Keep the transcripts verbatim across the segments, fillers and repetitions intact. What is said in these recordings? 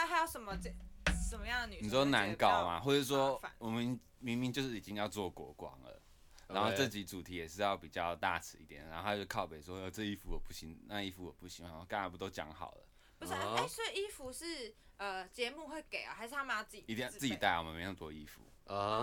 还还有什么什么样的女生？ 你说难搞吗？或者说我们明明就是已经要做国光了，然后这集主题也是要比较大尺一点，然后他就靠北说这衣服我不行，那衣服我不行，然后刚才不都讲好了？ 不是，哎、欸，所以衣服是呃节目会给啊，还是他们要自己？ 一定要自己带，我们没那么多衣服。 哦、uh ，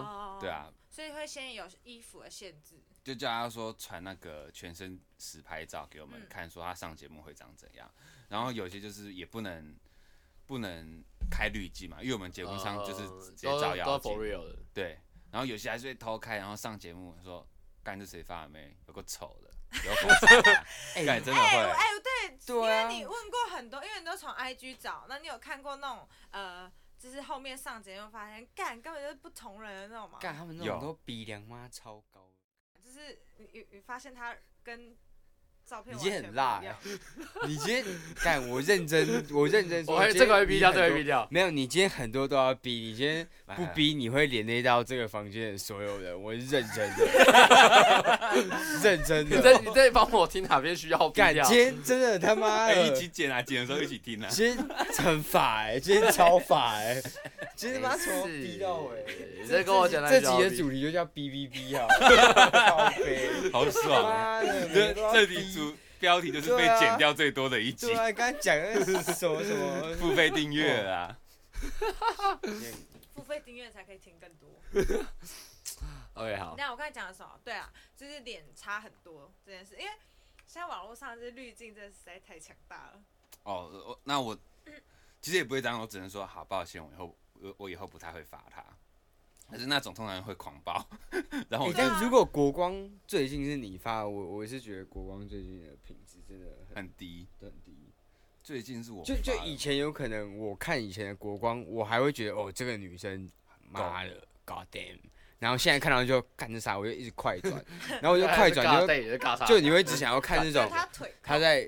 对啊， 所以会先有衣服的限制， 就叫他说传那个全身实拍照给我们看，说他上节目会长怎样。嗯、然后有些就是也不能不能开滤镜嘛，因为我们节目上就是直接照妖镜， uh, 对。然后有些还是会偷开，然后上节目说干这谁发的没？有个丑的，有口才，哎、欸，真的会。 哎、欸欸，对， 对啊， 因为你问过很多，因为你都从 I G 找，那你有看过那种呃？就是后面上节目发现，干根本就是不同人的那种嘛。 干他们那种都鼻梁妈超高。 就是你你发现他跟照片完全不一样。你今天很辣、 欸， 你今天干我认真，我认真说， 我这个会逼掉，这个会逼掉。 没有，你今天很多都要逼，你今天不逼你会连累到这个房间的所有人。我是认真的，认真的。 你在你在帮我听哪边需要逼掉？ 干，今天真的他妈的、 欸、一起剪啊，剪的时候一起听啊。 今天很法哎、欸，今天超法哎、欸，今天他妈从逼到尾、 欸。你在跟我讲这集的主题就叫 B B B 好， 好爽啊！这这题主标题就是被剪掉最多的一集。 对啊，刚刚讲的是什么什么付费订阅啊？ 付费订阅才可以听更多。 OK 好。 那我刚才讲的什么？对啊，就是脸差很多这件事，因为现在网络上这滤镜真的实在太强大了。 哦，那我其实也不会这样，我只能说好抱歉，我以后我以后不太会罚他。可是那种通常会狂暴，然后我、 欸、但如果国光最近是你发，我我是觉得国光最近的品质真的 很, 很低， 很低。 最近是我就就以前有可能我看以前的国光，我还会觉得哦这个女生妈的 God damn， 然后现在看到就干这啥，我就一直快转，然后我就快转就就你会只想要看那种他在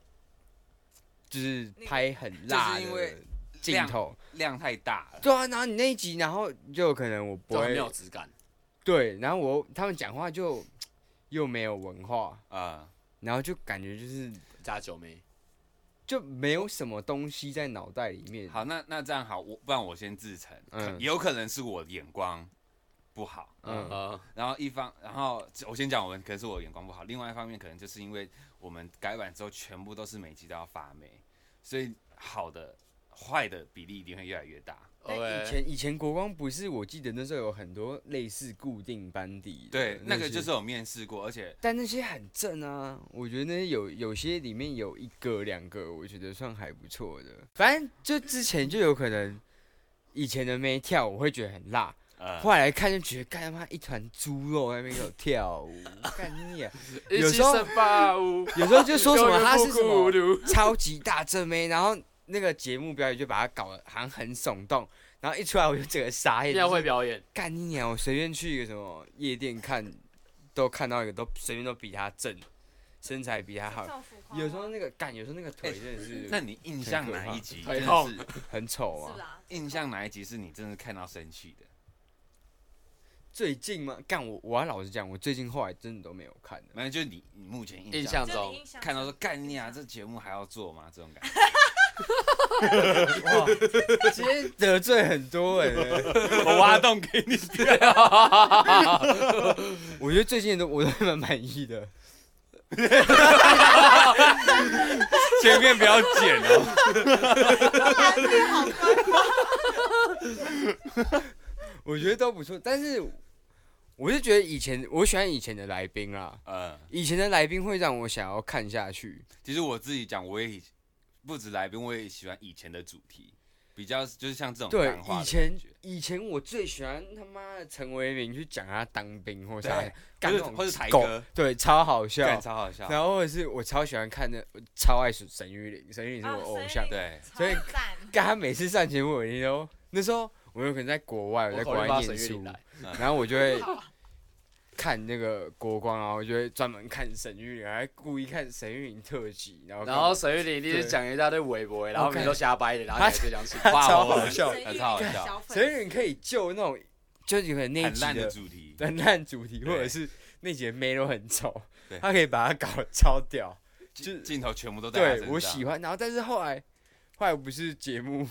就是拍很辣的镜头。 量太大了， 对啊，然后你那一集，然后就有可能我不会没有质感， 对，然后我他们讲话就又没有文化啊、嗯， 然后就感觉就是加酒妹， 就没有什么东西在脑袋里面。 好，那那这样好，我不然我先自称，嗯，有可能是我的眼光不好，嗯，嗯然后一方，然后我先讲我们可能是我的眼光不好，另外一方面可能就是因为我们改版之后全部都是每集都要发妹，所以好的。坏的比例一定会越来越大。 但以前以前国光不是，我记得那时候有很多类似固定班底的， 对，那个就是有面试过，而且但那些很正啊，我觉得那些有有些里面有一个两个，我觉得算还不错的。反正就之前就有可能以前的妹跳，我会觉得很辣。呃、后来看就觉得，干他妈一团猪肉在那边给我跳舞，干你啊！有时候有时候就说什么他是什么超级大正妹，然后。那个节目表演就把它搞得好像很耸动，然后一出来我就整个傻眼。 要会表演， 干你娘！我随便去一个什么夜店看，都看到一个都随便都比他正，身材比他好。有时候那个干，有时候那个腿真的是、欸。 那你印象哪一集真的是很丑啊？ 印象哪一集是你真的看到生气的？ 最近吗？干我我要老实讲，我最近后来真的都没有看的。 反正就是你你目前印象中看到说干你啊，这节目还要做吗？这种感觉。 哇，今天得罪很多人、欸， 我挖洞给你跳。 我觉得最近都我都蛮满意的。 前面不要剪哦。 我觉得都不错，但是我是觉得以前我喜欢以前的来宾啦，嗯，以前的来宾会让我想要看下去。 其实我自己讲，我也。不止来宾，我也喜欢以前的主题，比较就是像这种对以前以前我最喜欢他妈的陈为民去讲他当兵或啥， 干那种或是台歌， 对，超好笑， 超好笑。 然后或者是我超喜欢看的，我超爱沈玉琳，沈玉琳是我偶像， 对， 所以干他每次上节目，我一定都那时候我有可能在国外，我在国外念书，然后我就会。看那个国光啊，我就会专门看沈玉琳，还故意看沈玉琳特辑，然后然后沈玉琳一定是讲一大堆微博，然后你都瞎掰的，然后你还这样子， 超好笑， 超好笑。 沈玉琳可以救那种，就是有可能那集的主题， 很烂主题，或者是那集的妹都很丑，他可以把它搞得超屌， 就镜头全部都在对我喜欢。然后但是后来，后来不是节目。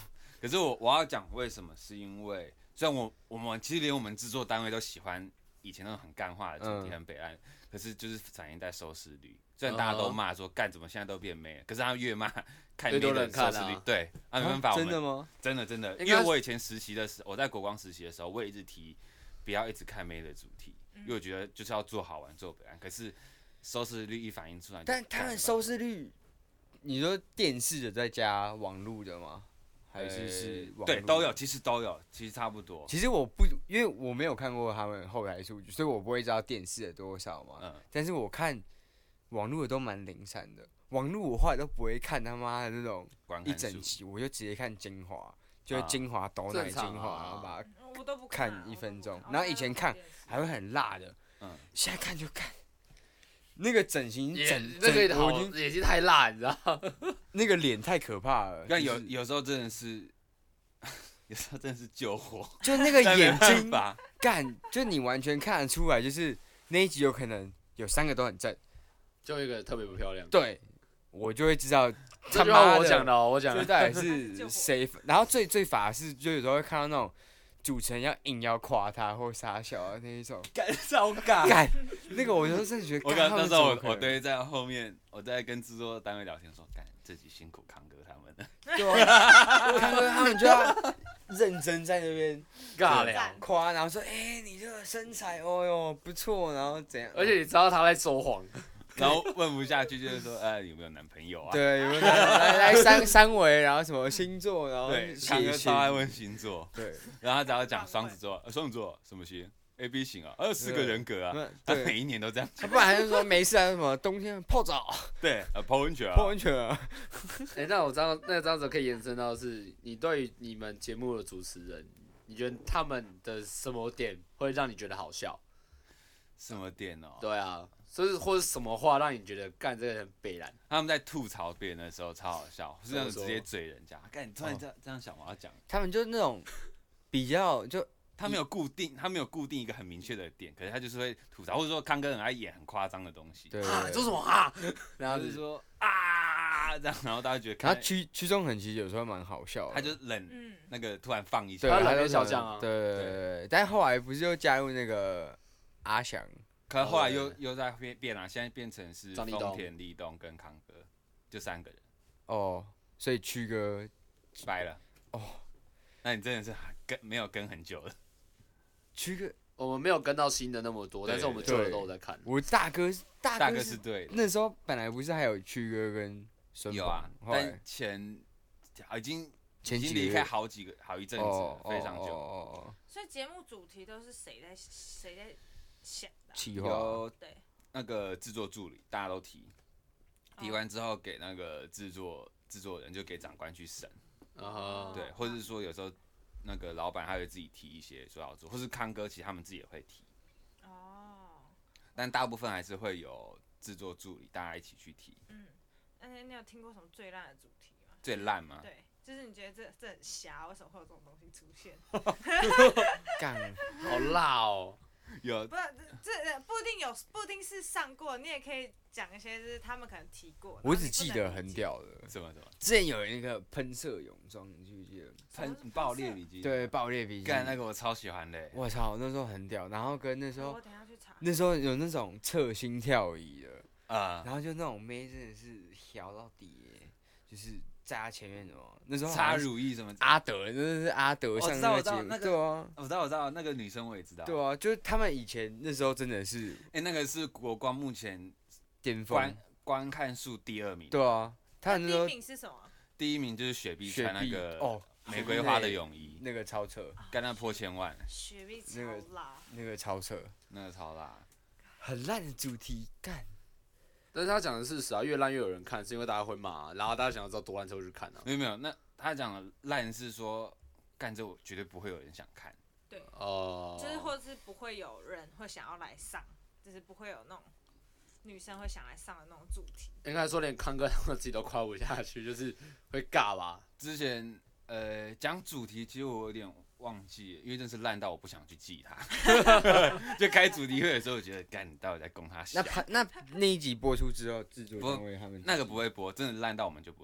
可是我我要讲为什么，是因为虽然我我们其实连我们制作单位都喜欢以前那种很干化的主题、很北岸，可是就是反映在收视率。虽然大家都骂说干怎么现在都变妹了，可是他越骂看妹的收视率，对，啊没办法， 真的吗？ 真的真的，因为我以前实习的时候，我在国光实习的时候，我也一直提不要一直看妹的主题，因为我觉得就是要做好玩做北岸，可是收视率一反映出来， 但他们收视率，你说电视的再加网络的吗？还是是网对都有，其实都有，其实差不多。 其实我不，因为我没有看过他们后台数据，所以我不会知道电视的多少嘛。嗯。但是我看网络的都蛮零散的，网络我后来都不会看他妈的那种一整集，我就直接看精华，就是精华抖奶精华，然后把它看一分钟。然后以前看还会很辣的，嗯，现在看就看。那个整形整那个好眼睛太辣，你知道？ 那个脸太可怕了。 但有有时候真的是，有时候真的是救火。 就那个眼睛，干，就你完全看得出来，就是那一集有可能有三个都很正， 就一个特别不漂亮。 对，我就会知道他妈我讲的哦，我讲的。 这到底是谁？然后最最法是，就有时候会看到那种。主持人要硬要夸他或傻笑啊那一种， 干超尬， 干那个我就真的觉得， 我刚那时候我我对在后面我在跟制作单位聊天说，干自己辛苦康哥他们了， 对啊，康哥他们就要认真在那边尬聊夸，然后说，哎、欸，你这个身材，哦哟不错，然后怎样， 而且你知道他在说谎。 然后问不下去，就是说，哎，有没有男朋友啊？ 对，有没有来来三三围，然后什么星座，然后对，康哥超爱问星座， 对， 然后他只要讲双子座，双子座什么星 ？A B 型啊，还有四个人格啊，他每一年都这样讲。 不然他就说没事啊，什么冬天泡澡， 对，呃，泡温泉啊， 泡温泉啊。 哎，那我这样，那这样子可以延伸到是，你对于你们节目的主持人，你觉得他们的什么点会让你觉得好笑？ 什么点哦？ 对啊。就是或者什么话让你觉得干这个人北蓝？ 他们在吐槽别人的时候超好笑，是那种直接嘴人家。干，你突然这样、哦、这样想，我要讲。 他们就是那种比较就他没有固定，他没有固定一个很明确的点，可是他就是会吐槽，或者说康哥很爱演很夸张的东西。 对， 啊，说什么啊？ 然后就是说啊这样，然后大家觉得。 他屈屈中恒其实有时候蛮好笑的， 他就冷、嗯、那个突然放一下， 对， 他冷小将啊。 对对对对，但后来不是又加入那个阿翔。 可是后来又、哦、又在变变了，现在变成是丰田、立东跟康哥，就三个人。 哦，所以曲哥掰了。哦，那你真的是跟没有跟很久了。 曲哥， 我们没有跟到新的那么多，但是我们旧的都有在看。 我大哥，大哥 是, 大哥是对的。 那时候本来不是还有曲哥跟孙有啊，但前已经前已经离开好几个好一阵子了，哦、非常久。 哦哦哦、 所以节目主题都是谁在谁在想的、啊？ 企划有那个制作助理，大家都提，提完之后给那个制作制作人就给长官去审， 哦、 对，或者是说有时候那个老板他会自己提一些说要做，或是康哥其实他们自己也会提， 哦， 但大部分还是会有制作助理大家一起去提。 嗯，那你有听过什么最烂的主题吗？ 最烂吗？ 对。就是你觉得这这很瞎，为什么会有这种东西出现？ 干， 好辣哦！ 有不这不一定有，不一定是上过，你也可以讲一些就是他们可能提过。 我只记得很屌的， 什么什么？ 之前有那个喷射泳装，你记不记得？ 喷爆裂笔记。 对，爆裂笔记。 干那个我超喜欢的。 我操，那时候很屌。然后跟那时候， 我等一下去查。 那时候有那种测心跳仪的啊， 然后就那种妹真的是调到底，就是在他前面什么。那时候擦乳液什么？ 阿德，真的是阿德上那个节目，对啊， 我知道我知道那个女生我也知道， 对啊，就是他们以前那时候真的是， 哎、欸，那个是国光目前巅峰观观看数第二名， 对啊，他那时候第一名是什么？ 第一名就是雪碧穿那个哦玫瑰花的泳衣， 那个超扯， 干那破千万， 雪碧超辣， 那个超扯， 那个超辣， 很烂的主题干。 但是他讲的是事实啊，越烂越有人看，是因为大家会骂、啊，然后大家想要知道多烂才会去看啊。 没有没有，那他讲的烂是说，干这我绝对不会有人想看。 对， 哦、 呃，就是或者是不会有人会想要来上，就是不会有那种女生会想来上的那种主题。 应该说连康哥他们自己都夸不下去，就是会尬吧。 之前呃讲主题，其实我有点忘记了，因为真是烂到我不想去记它。就开主题会的时候，我觉得干你到底在供他笑。 那那那一集播出之后，制作单位他们那个不会播，真的烂到我们就不会播。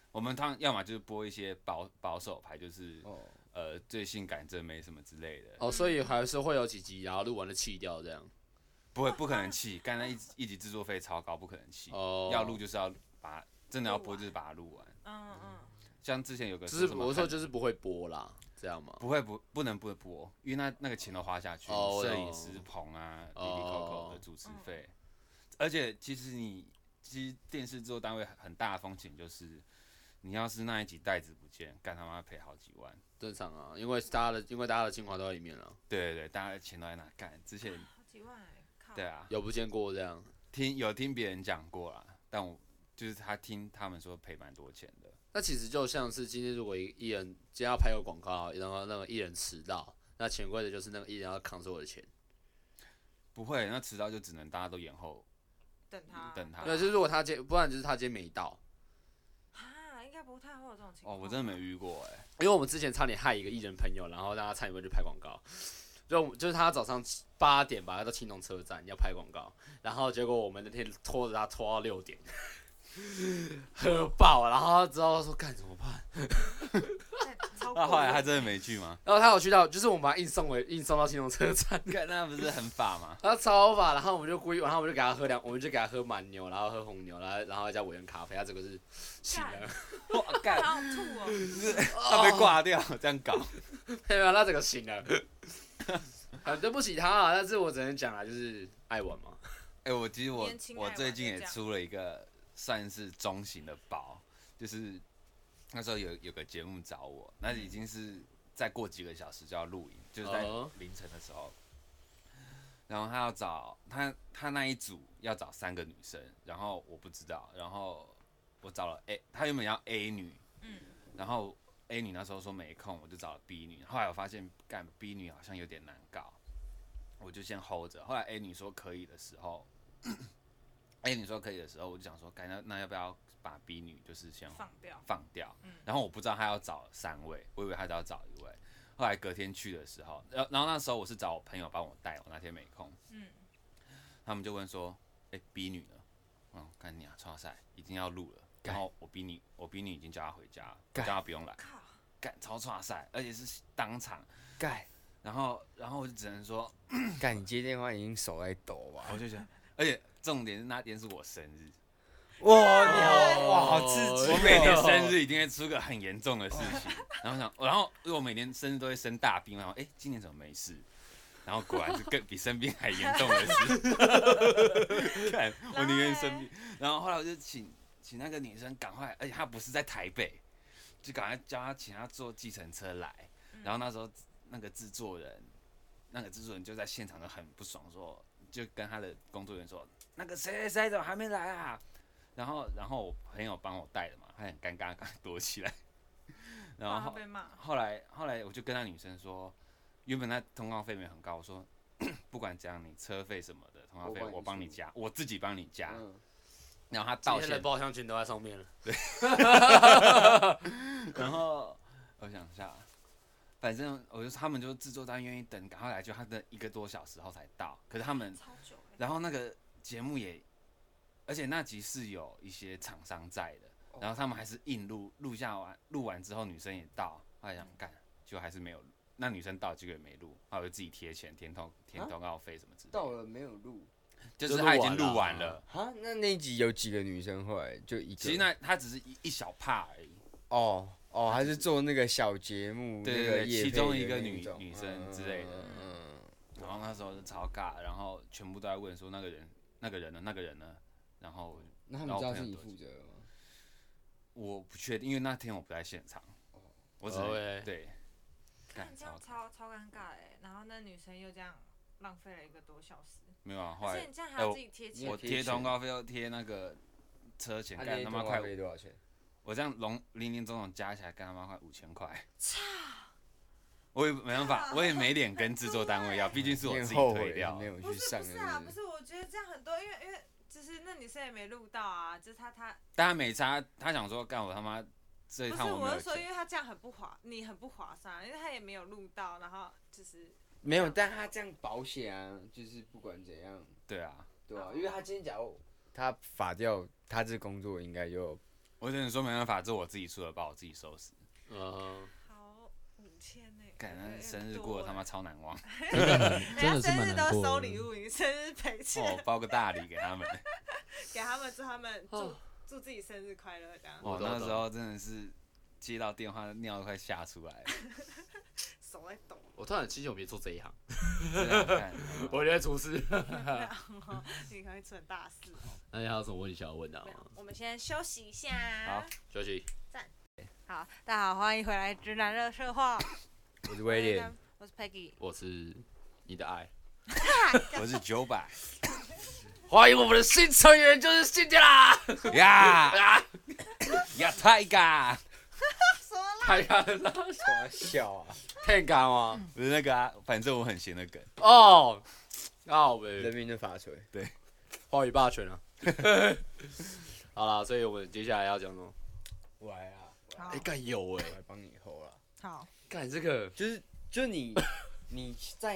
我们通常要么就是播一些保保守牌，就是、哦、呃最性感正妹什么之类的。 哦，所以还是会有几集，然后录完了弃掉这样。 不会，不可能弃，刚才一一集制作费超高，不可能弃。哦。要录就是要把真的要播就是把它录完。嗯嗯。像之前有个就是我说就是不会播啦，这样吗？ 不会不不能不播，因为那那个钱都花下去，摄、哦、影师棚啊，里里扣扣的主持费，哦、而且其实你其实电视制作单位很大的风险就是，你要是那一集袋子不见，干他妈赔好几万。 正常啊，因为大家的因为大家的精华都在里面了。 对对对，大家的钱都在那干，之前好几万、欸，靠。 对啊。 有不见过这样？ 听有听别人讲过啦，但我就是他听他们说赔蛮多钱的。 那其实就像是今天如果艺人今天要拍个广告，然后那个艺人迟到，那潜规则就是那个艺人要扛所有的钱。 不会，那迟到就只能大家都延后， 等他， 等他。 对，就是如果他今不然就是他今天没到。 啊，应该不太会有这种情况。 哦，我真的没遇过哎、欸。 因为我们之前差点害一个艺人朋友，然后让他差点会去拍广告。就就是他早上八点吧，到青农车站要拍广告，然后结果我们那天拖着他拖到六点。喝爆，然后之后说干怎么办？ 那后来他真的没去吗？ 然后他有去到，就是我们把他硬送回，硬送到青龙车站。 那不是很法吗？ 他超法，然后我们就故意，然后我们就给他喝两，我们就给他喝蛮牛，然后喝红牛，然后然后再加委员咖啡，他整个是醒了。 哇干，好吐哦！ 他被挂掉，这样搞。 没有，他整个醒了。很对不起他啊，但是我只能讲啊，就是爱玩嘛。 哎、欸，我其实我我最近也出了一个。算是中型的包，就是那时候有有个节目找我，那已经是再过几个小时就要录影，就是在凌晨的时候，然后他要找他他那一组要找三个女生，然后我不知道，然后我找了 A， 他原本要 A 女，嗯，然后 A 女那时候说没空，我就找了 B 女，后来我发现干 B 女好像有点难搞，我就先 hold 着，后来 A 女说可以的时候。A 女说可以的时候，我就想说，该那那要不要把 B 女就是先放掉？ 放掉。嗯、然后我不知道他要找三位，我以为他只要找一位。后来隔天去的时候，然后然后那时候我是找我朋友帮我带，我那天没空。嗯。他们就问说，哎、欸、，B 女呢？嗯，干你啊，超赛已经要录了。然后我 B 女，我 B 女已经叫她回家了，叫她不用来。干超超赛，而且是当场。 干。 然后然后我就只能说， 干你接电话已经手在抖吧？ 我就觉得，而且。重点是那天是我生日， 哇，你好哇，好刺激！ 我每年生日一定会出个很严重的事情，然后想，然后因为我每年生日都会生大病，然后哎、欸，今年怎么没事？然后果然是更比生病还严重的事。看，我宁愿生病。然后后来我就请请那个女生赶快，而且她不是在台北，就赶快叫她请她坐计程车来。然后那时候那个制作人，那个制作人就在现场就很不爽说。就跟他的工作人员说，那个谁谁谁怎么还没来啊？然后，然后我朋友帮我带的嘛，他很尴尬，赶快躲起来。然后后来，后来我就跟那女生说，原本那通告费没很高，我说不管怎样，你车费什么的通告费我帮你加，我自己帮你加。嗯、然后他道歉， 今天的包厢钱都在上面了。 对。然后我想一下。反正我就他们就制作单愿意等，赶快来，就他的一个多小时后才到。可是他们，然后那个节目也，而且那集是有一些厂商在的，然后他们还是硬录，录下完，录完之后女生也到，后来想干，就还是没有，那女生到结果也没录，后来我就自己贴钱，填通填通告费什么之类的。 到了没有录， 就是他已经录完了。 哈，那那一集有几个女生？后来就一个。 其实那他只是一一小 part 而已。 哦。哦，还是做那个小节目， 对对对，其中一个女女生之类的， 嗯， 然后那时候就超尬，然后全部都在问说那个人那个人呢那个人呢，然后那他们知道是你负责的吗？ 我不确定，因为那天我不在现场，我只能对， 看这样超超尴尬哎，然后那女生又这样浪费了一个多小时， 没有啊，后来而且你这样还要自己贴钱， 我贴通告费又贴那个车钱，干他妈快多少钱？ 我这样零零零总总加起来，干他妈快五千块。我也没办法，我也没脸跟制作单位要，毕竟是我自己推掉。 没有去上。 不是不是啊，不是，我觉得这样很多，因为因为就是那女生也没录到啊，就是她她。 但她没差，她想说干我他妈这一趟我没有。 不是，我是说，因为她这样很不划，你很不划算，因为她也没有录到，然后就是。 没有，但她这样保险啊，就是不管怎样。 对啊。 对啊，因为她今天假如她法掉，她这工作应该就。 我只能说没办法，这我自己出的包，我自己收拾。 嗯。 好五千呢。 感恩生日过得他妈超难忘。 真的真的是蛮难过的。 生日都收礼物，你生日赔钱。 哦，包个大礼给他们。 给他们祝他们祝祝自己生日快乐这样。 我那时候真的是接到电话尿都快吓出来了。 手在抖。 我突然庆幸我别做这一行。 我觉得厨师。 你可能会出很大事。 那你还有什么问题想要问的？ 我们先休息一下。 好， 休息。 赞。好，大家好，欢迎回来《直男热射话》。 我是威廉， 我是 Peggy， 我是你的爱， 我是九百。 欢迎我们的新成员，就是辛迪啦！ 呀呀，泰嘎！ 什么啦？ 泰嘎的啦？ 什么笑啊？ 泰嘎吗？ 不是那个啊，反正我很闲的梗。 哦，好呗。 人民的法锤。 对， 话语霸权啊。好啦，所以我们接下来要讲什么？ 我来啊！ 哎，干有哎， 我来帮你hold啦。 好。 干这个就是就你你在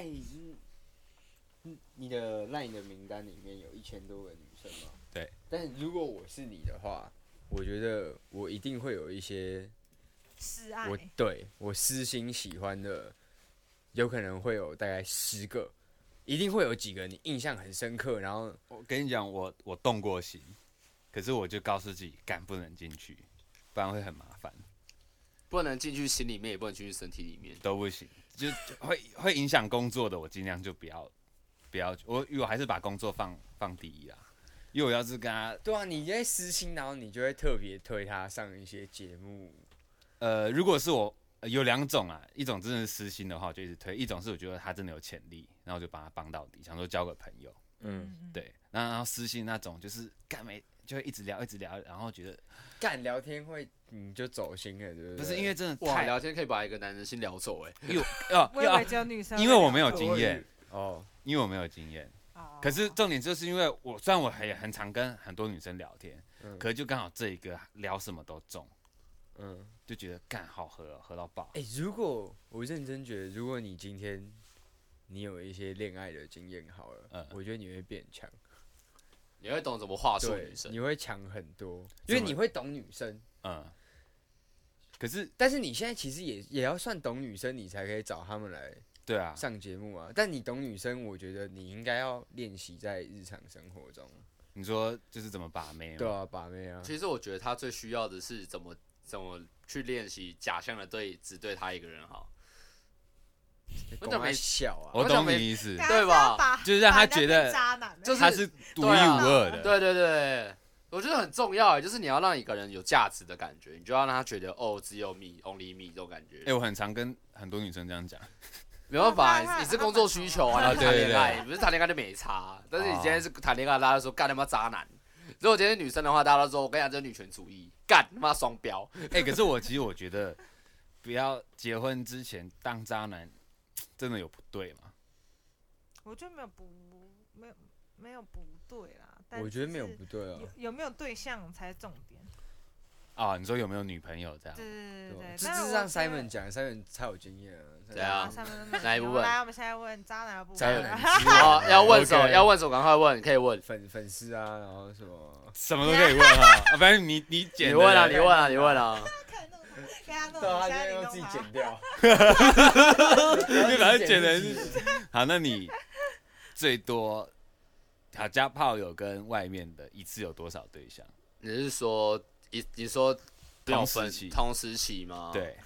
你的 LINE 的名单里面有一千多个女生嘛？ 对。 但如果我是你的话，我觉得我一定会有一些示爱。 我对我私心喜欢的，有可能会有大概十个，一定会有几个你印象很深刻。然后我跟你讲，我我动过心，可是我就告诉自己，干不能进去，不然会很麻烦。 不能进去心里面，也不能进去身体里面， 都不行，就会会影响工作的，我尽量就不要不要，我我还是把工作放放第一啦。因为我要是跟他， 对啊，你在私心，然后你就会特别推他上一些节目。 呃，如果是我、呃、有两种啊，一种真的是私心的话，我就一直推；一种是我觉得他真的有潜力，然后就把他帮到底，想说交个朋友。 嗯， 对。然后私心那种就是干没就会一直聊一直聊，然后觉得干聊天会你就走心了，对不对？ 不是因为真的哇， 太聊天可以把一个男人心聊走哎、 欸。因为哦， 我以为只有女生。 因为我没有经验哦， 因为我没有经验。 哦。 可是重点就是因为我虽然我也很常跟很多女生聊天， 嗯、 可是就刚好这一个聊什么都中， 嗯， 就觉得干好喝喝到爆。 哎、欸，如果我认真觉得，如果你今天你有一些恋爱的经验好了，嗯，我觉得你会变强。 你会懂怎么话术女生， 你会强很多，因为你会懂女生。 嗯。可是， 但是你现在其实也也要算懂女生，你才可以找他们来对啊上节目啊。但你懂女生，我觉得你应该要练习在日常生活中。 你说就是怎么把妹？ 对啊，把妹啊。 其实我觉得他最需要的是怎么怎么去练习假象的对只对他一个人好。 我怎么没笑啊？ 我懂你意思， 对吧？ 就是让他觉得就是他是独一无二的。 对对对，我觉得很重要，就是你要让一个人有价值的感觉，你就要让他觉得哦，只有 me only me 这种感觉。 哎、欸，我很常跟很多女生这样讲。 没办法，你是工作需求啊，你谈恋爱，你不是谈恋爱就没差。但是你今天是谈恋爱，大家说干他妈渣男。如果今天是女生的话，大家都说我跟你讲，这是女权主义，干他妈双标。 哎、欸，可是我其实我觉得，不要结婚之前当渣男。真的有不对吗？ 我觉得没有不没有没有不对啦，但我觉得没有不对啊。 有有没有对象才是重点。 啊，你说有没有女朋友这样？ 对对对对。 这是让 Simon 讲 ，Simon 超有经验啊。 对啊。 哪一部分？来，我们现在问渣男的部分。 好，要问什么？要问什么？赶快问，可以问粉粉丝啊，然后什么什么都可以问啊。反正你你剪。 你问啊，你问啊，你问啊。 对啊，他就用自己剪掉。 就把它剪成。好，那你最多好加炮友跟外面的一次有多少对象？ 你是说一你说同时期？ 同时期吗？ 对，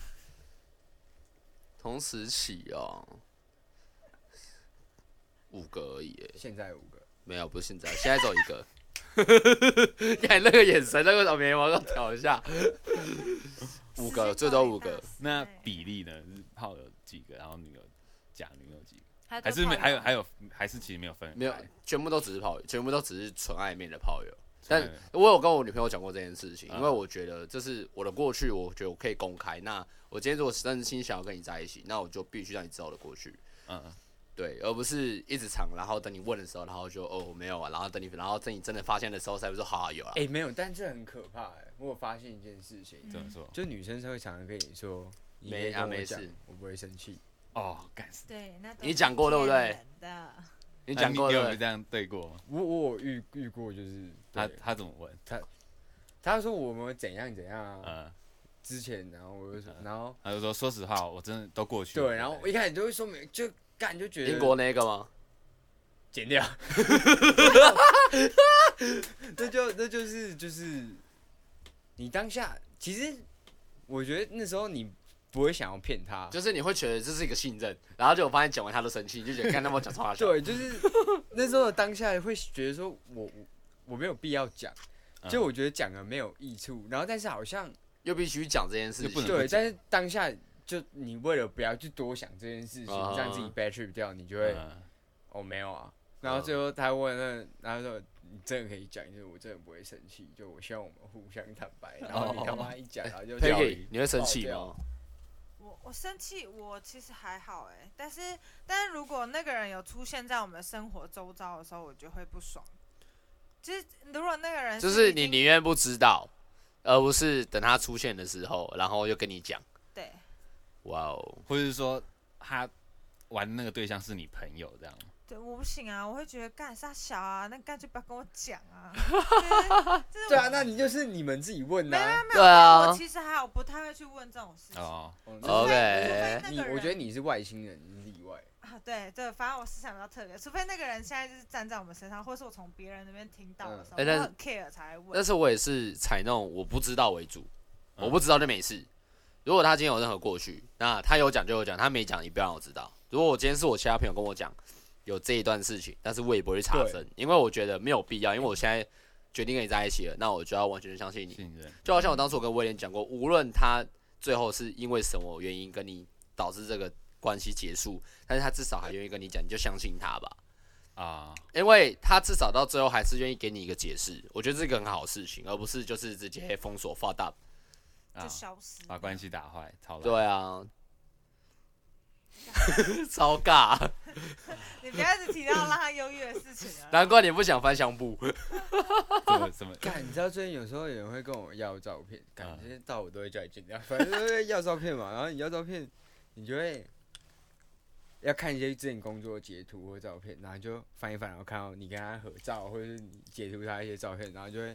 同时期哦，五个而已。 现在五个？ 没有，不是现在，现在只有一个。看那个眼神，那个小眉毛要挑一下。五个，最多五个。 那比例呢？是炮友几个，然后女友假女友几个？还是没还有还有还是其实没有分？ 没有，全部都只是炮友，全部都只是纯暧昧的炮友。但我有跟我女朋友讲过这件事情，因为我觉得这是我的过去，我觉得我可以公开。那我今天如果真心想要跟你在一起，那我就必须让你知道我的过去。嗯嗯。对，而不是一直藏，然后等你问的时候，然后就哦没有啊，然后等你，然后等你真的发现的时候，才会说好有啊。 哎、欸，没有，但这很可怕哎、欸。我有发现一件事情， 怎么说？ 就女生会常常跟你说，你没啊没事， 我不会生气。 哦，干死。 对，那你讲过对不对？你讲过对不对？你有这样对过吗？ 我我有遇遇过，就是他他怎么问？ 他他说我们怎样怎样啊，嗯，之前，然后我就说，然后他就说，说实话，我真的都过去了。 对，然后我一开始就会说没，就干就觉得英国那个吗？ 剪掉，那就那就是就是你当下，其实我觉得那时候你不会想要骗他， 就是你会觉得这是一个信任，然后就我发现讲完他都生气，就觉得看他们讲错话。 对，就是那时候的当下会觉得说我我我没有必要讲，就我觉得讲了没有益处，然后但是好像又必须讲这件事情， 对，但是当下就你为了不要去多想这件事情，uh, 让自己 bad trip 掉，你就会、uh, 哦没有啊，然后最后他问那，然后说你真的可以讲，就是我真的不会生气，就我希望我们互相坦白，然后你他妈一讲，然后就掉 ，Peggy，你会生气吗？ 我我生气，我其实还好哎，但是但是如果那个人有出现在我们生活周遭的时候，我就会不爽。就是如果那个人是就是你宁愿不知道，而不是等他出现的时候，然后又跟你讲。 对。 哇哦， 或者是说他玩的那个对象是你朋友这样。 对，我不行啊，我会觉得干啥小啊，那干脆不要跟我讲啊。 对啊，那你就是你们自己问啊。没有没有， 对啊， 我其实还好，不太会去问这种事情。哦 ，OK。 你我觉得你是外星人，你是例外。 啊，对对，反正我思想比较特别，除非那个人现在就是站在我们身上，或是我从别人那边听到的时候，嗯、我很 care 才会问。 但是我也是采那种我不知道为主，嗯、我不知道就没事。如果他今天有任何过去，那他有讲就有讲，他没讲你不要让我知道。如果我今天是我其他朋友跟我讲有这一段事情，但是我也不会去查证，因为我觉得没有必要，因为我现在决定跟你在一起了，那我就要完全相信你。就好像我当初我跟威廉讲过，无论他最后是因为什么原因跟你导致这个关系结束，但是他至少还愿意跟你讲，你就相信他吧。啊，因为他至少到最后还是愿意给你一个解释，我觉得这是一个很好的事情，而不是就是直接封锁发大。 就消失， 把关系打坏，超对啊，超尬。 你不要一直提到让他忧郁的事情啊。 难怪你不想翻相簿。 怎么？ 干，你知道最近有时候有人会跟我要照片，干这些照我都会叫你剪掉，反正都会要照片嘛。然后你要照片，你就会要看一些之前工作截图或照片，然后就翻一翻，然后看到你跟他合照，或者是你截图他一些照片，然后就会，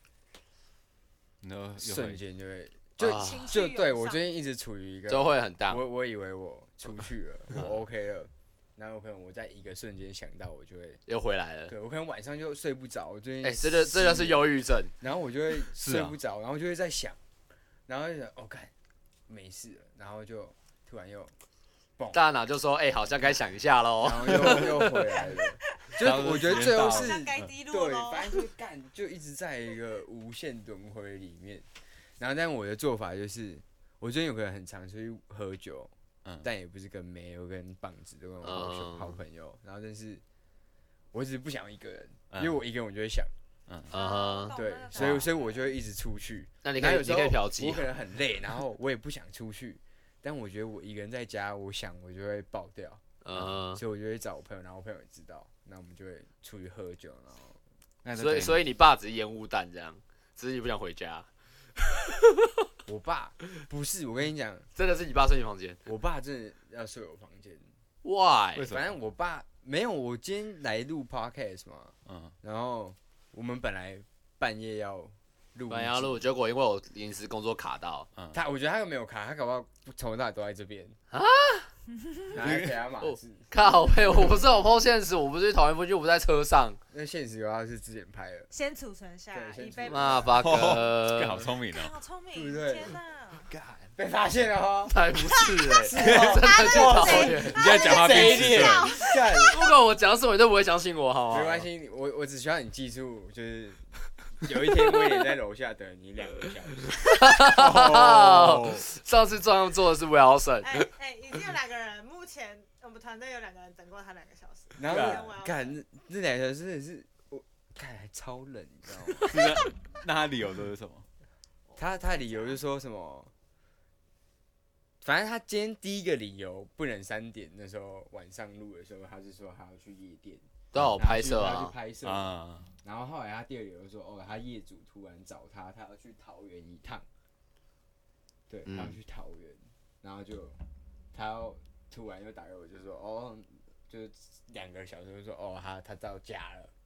瞬间就会。就、啊、就对我最近一直处于一个， 就会很大。 我我以为我出去了，我 OK 了，然后可能我在一个瞬间想到，我就会又回来了。 对，我可能晚上就睡不着，我最近哎、欸，这个这个是忧郁症， 然后我就会睡不着，然后就会在想，然后就想，哦，干，没事了，然后就突然又， 大脑就说，哎、欸，好像该想一下喽， 然后又又回来了。就我觉得最后是， 对， 反正就干，就一直在一个无限轮回里面。然后，但我的做法就是，我最近有个人很常出去喝酒，嗯、但也不是跟妹，我跟棒子都跟我好好朋友。然后，但是我只是不想一个人，嗯、因为我一个人我就会想，嗯啊，对，所以所以我就会一直出去。 那你可以，你可以嫖妓。 我可能很累，然后我也不想出去，但我觉得我一个人在家，我想我就会爆掉，嗯，所以我就会找我朋友，然后我朋友也知道，那我们就会出去喝酒，然后，所以所以你爸只是烟雾弹这样，只是你不想回家。 我爸不是，我跟你讲， 真的是你爸睡你房间。 我爸真的要睡我房间 ，Why？ 为什么？反正我爸没有。我今天来录 podcast 嘛，嗯，然后我们本来半夜要录， 半夜要录，结果因为我临时工作卡到， 嗯，他我觉得他又没有卡，他搞不好从头到尾都在这边啊。然后给他码字， 靠背，我不是有 po 现实，我不是去桃园附近，我不在车上。 那现实的话是之前拍的， 先储存下来，以备。 妈八哥， 好聪明哦， 好聪明，对不对？天哪， 被发现了哈， 才不是哎， 真的去桃园， 你现在讲话变直了， 不管我讲什么，你都不会相信我，好吗？ 没关系，我我只需要你记住，就是。有一天，威廉在楼下等你两个小时。 哦、上次这样做的是 Wilson。 哎哎，已经有两个人，目前我们团队有两个人等过他两个小时。 然后，干那那两个小时真的是，我看还超冷，你知道吗？ 那他理由都是什么？ 他他的理由就说什么？反正他今天第一个理由不能三点那时候晚上录的时候，他是说他要去夜店。 都有拍摄啊， 要去拍摄啊。然后后来他第二个就说，哦，他业主突然找他，他要去桃园一趟。对，他要去桃园，然后就他要突然又打给我，就说，哦，就是两个小时就说，哦，他他到家了。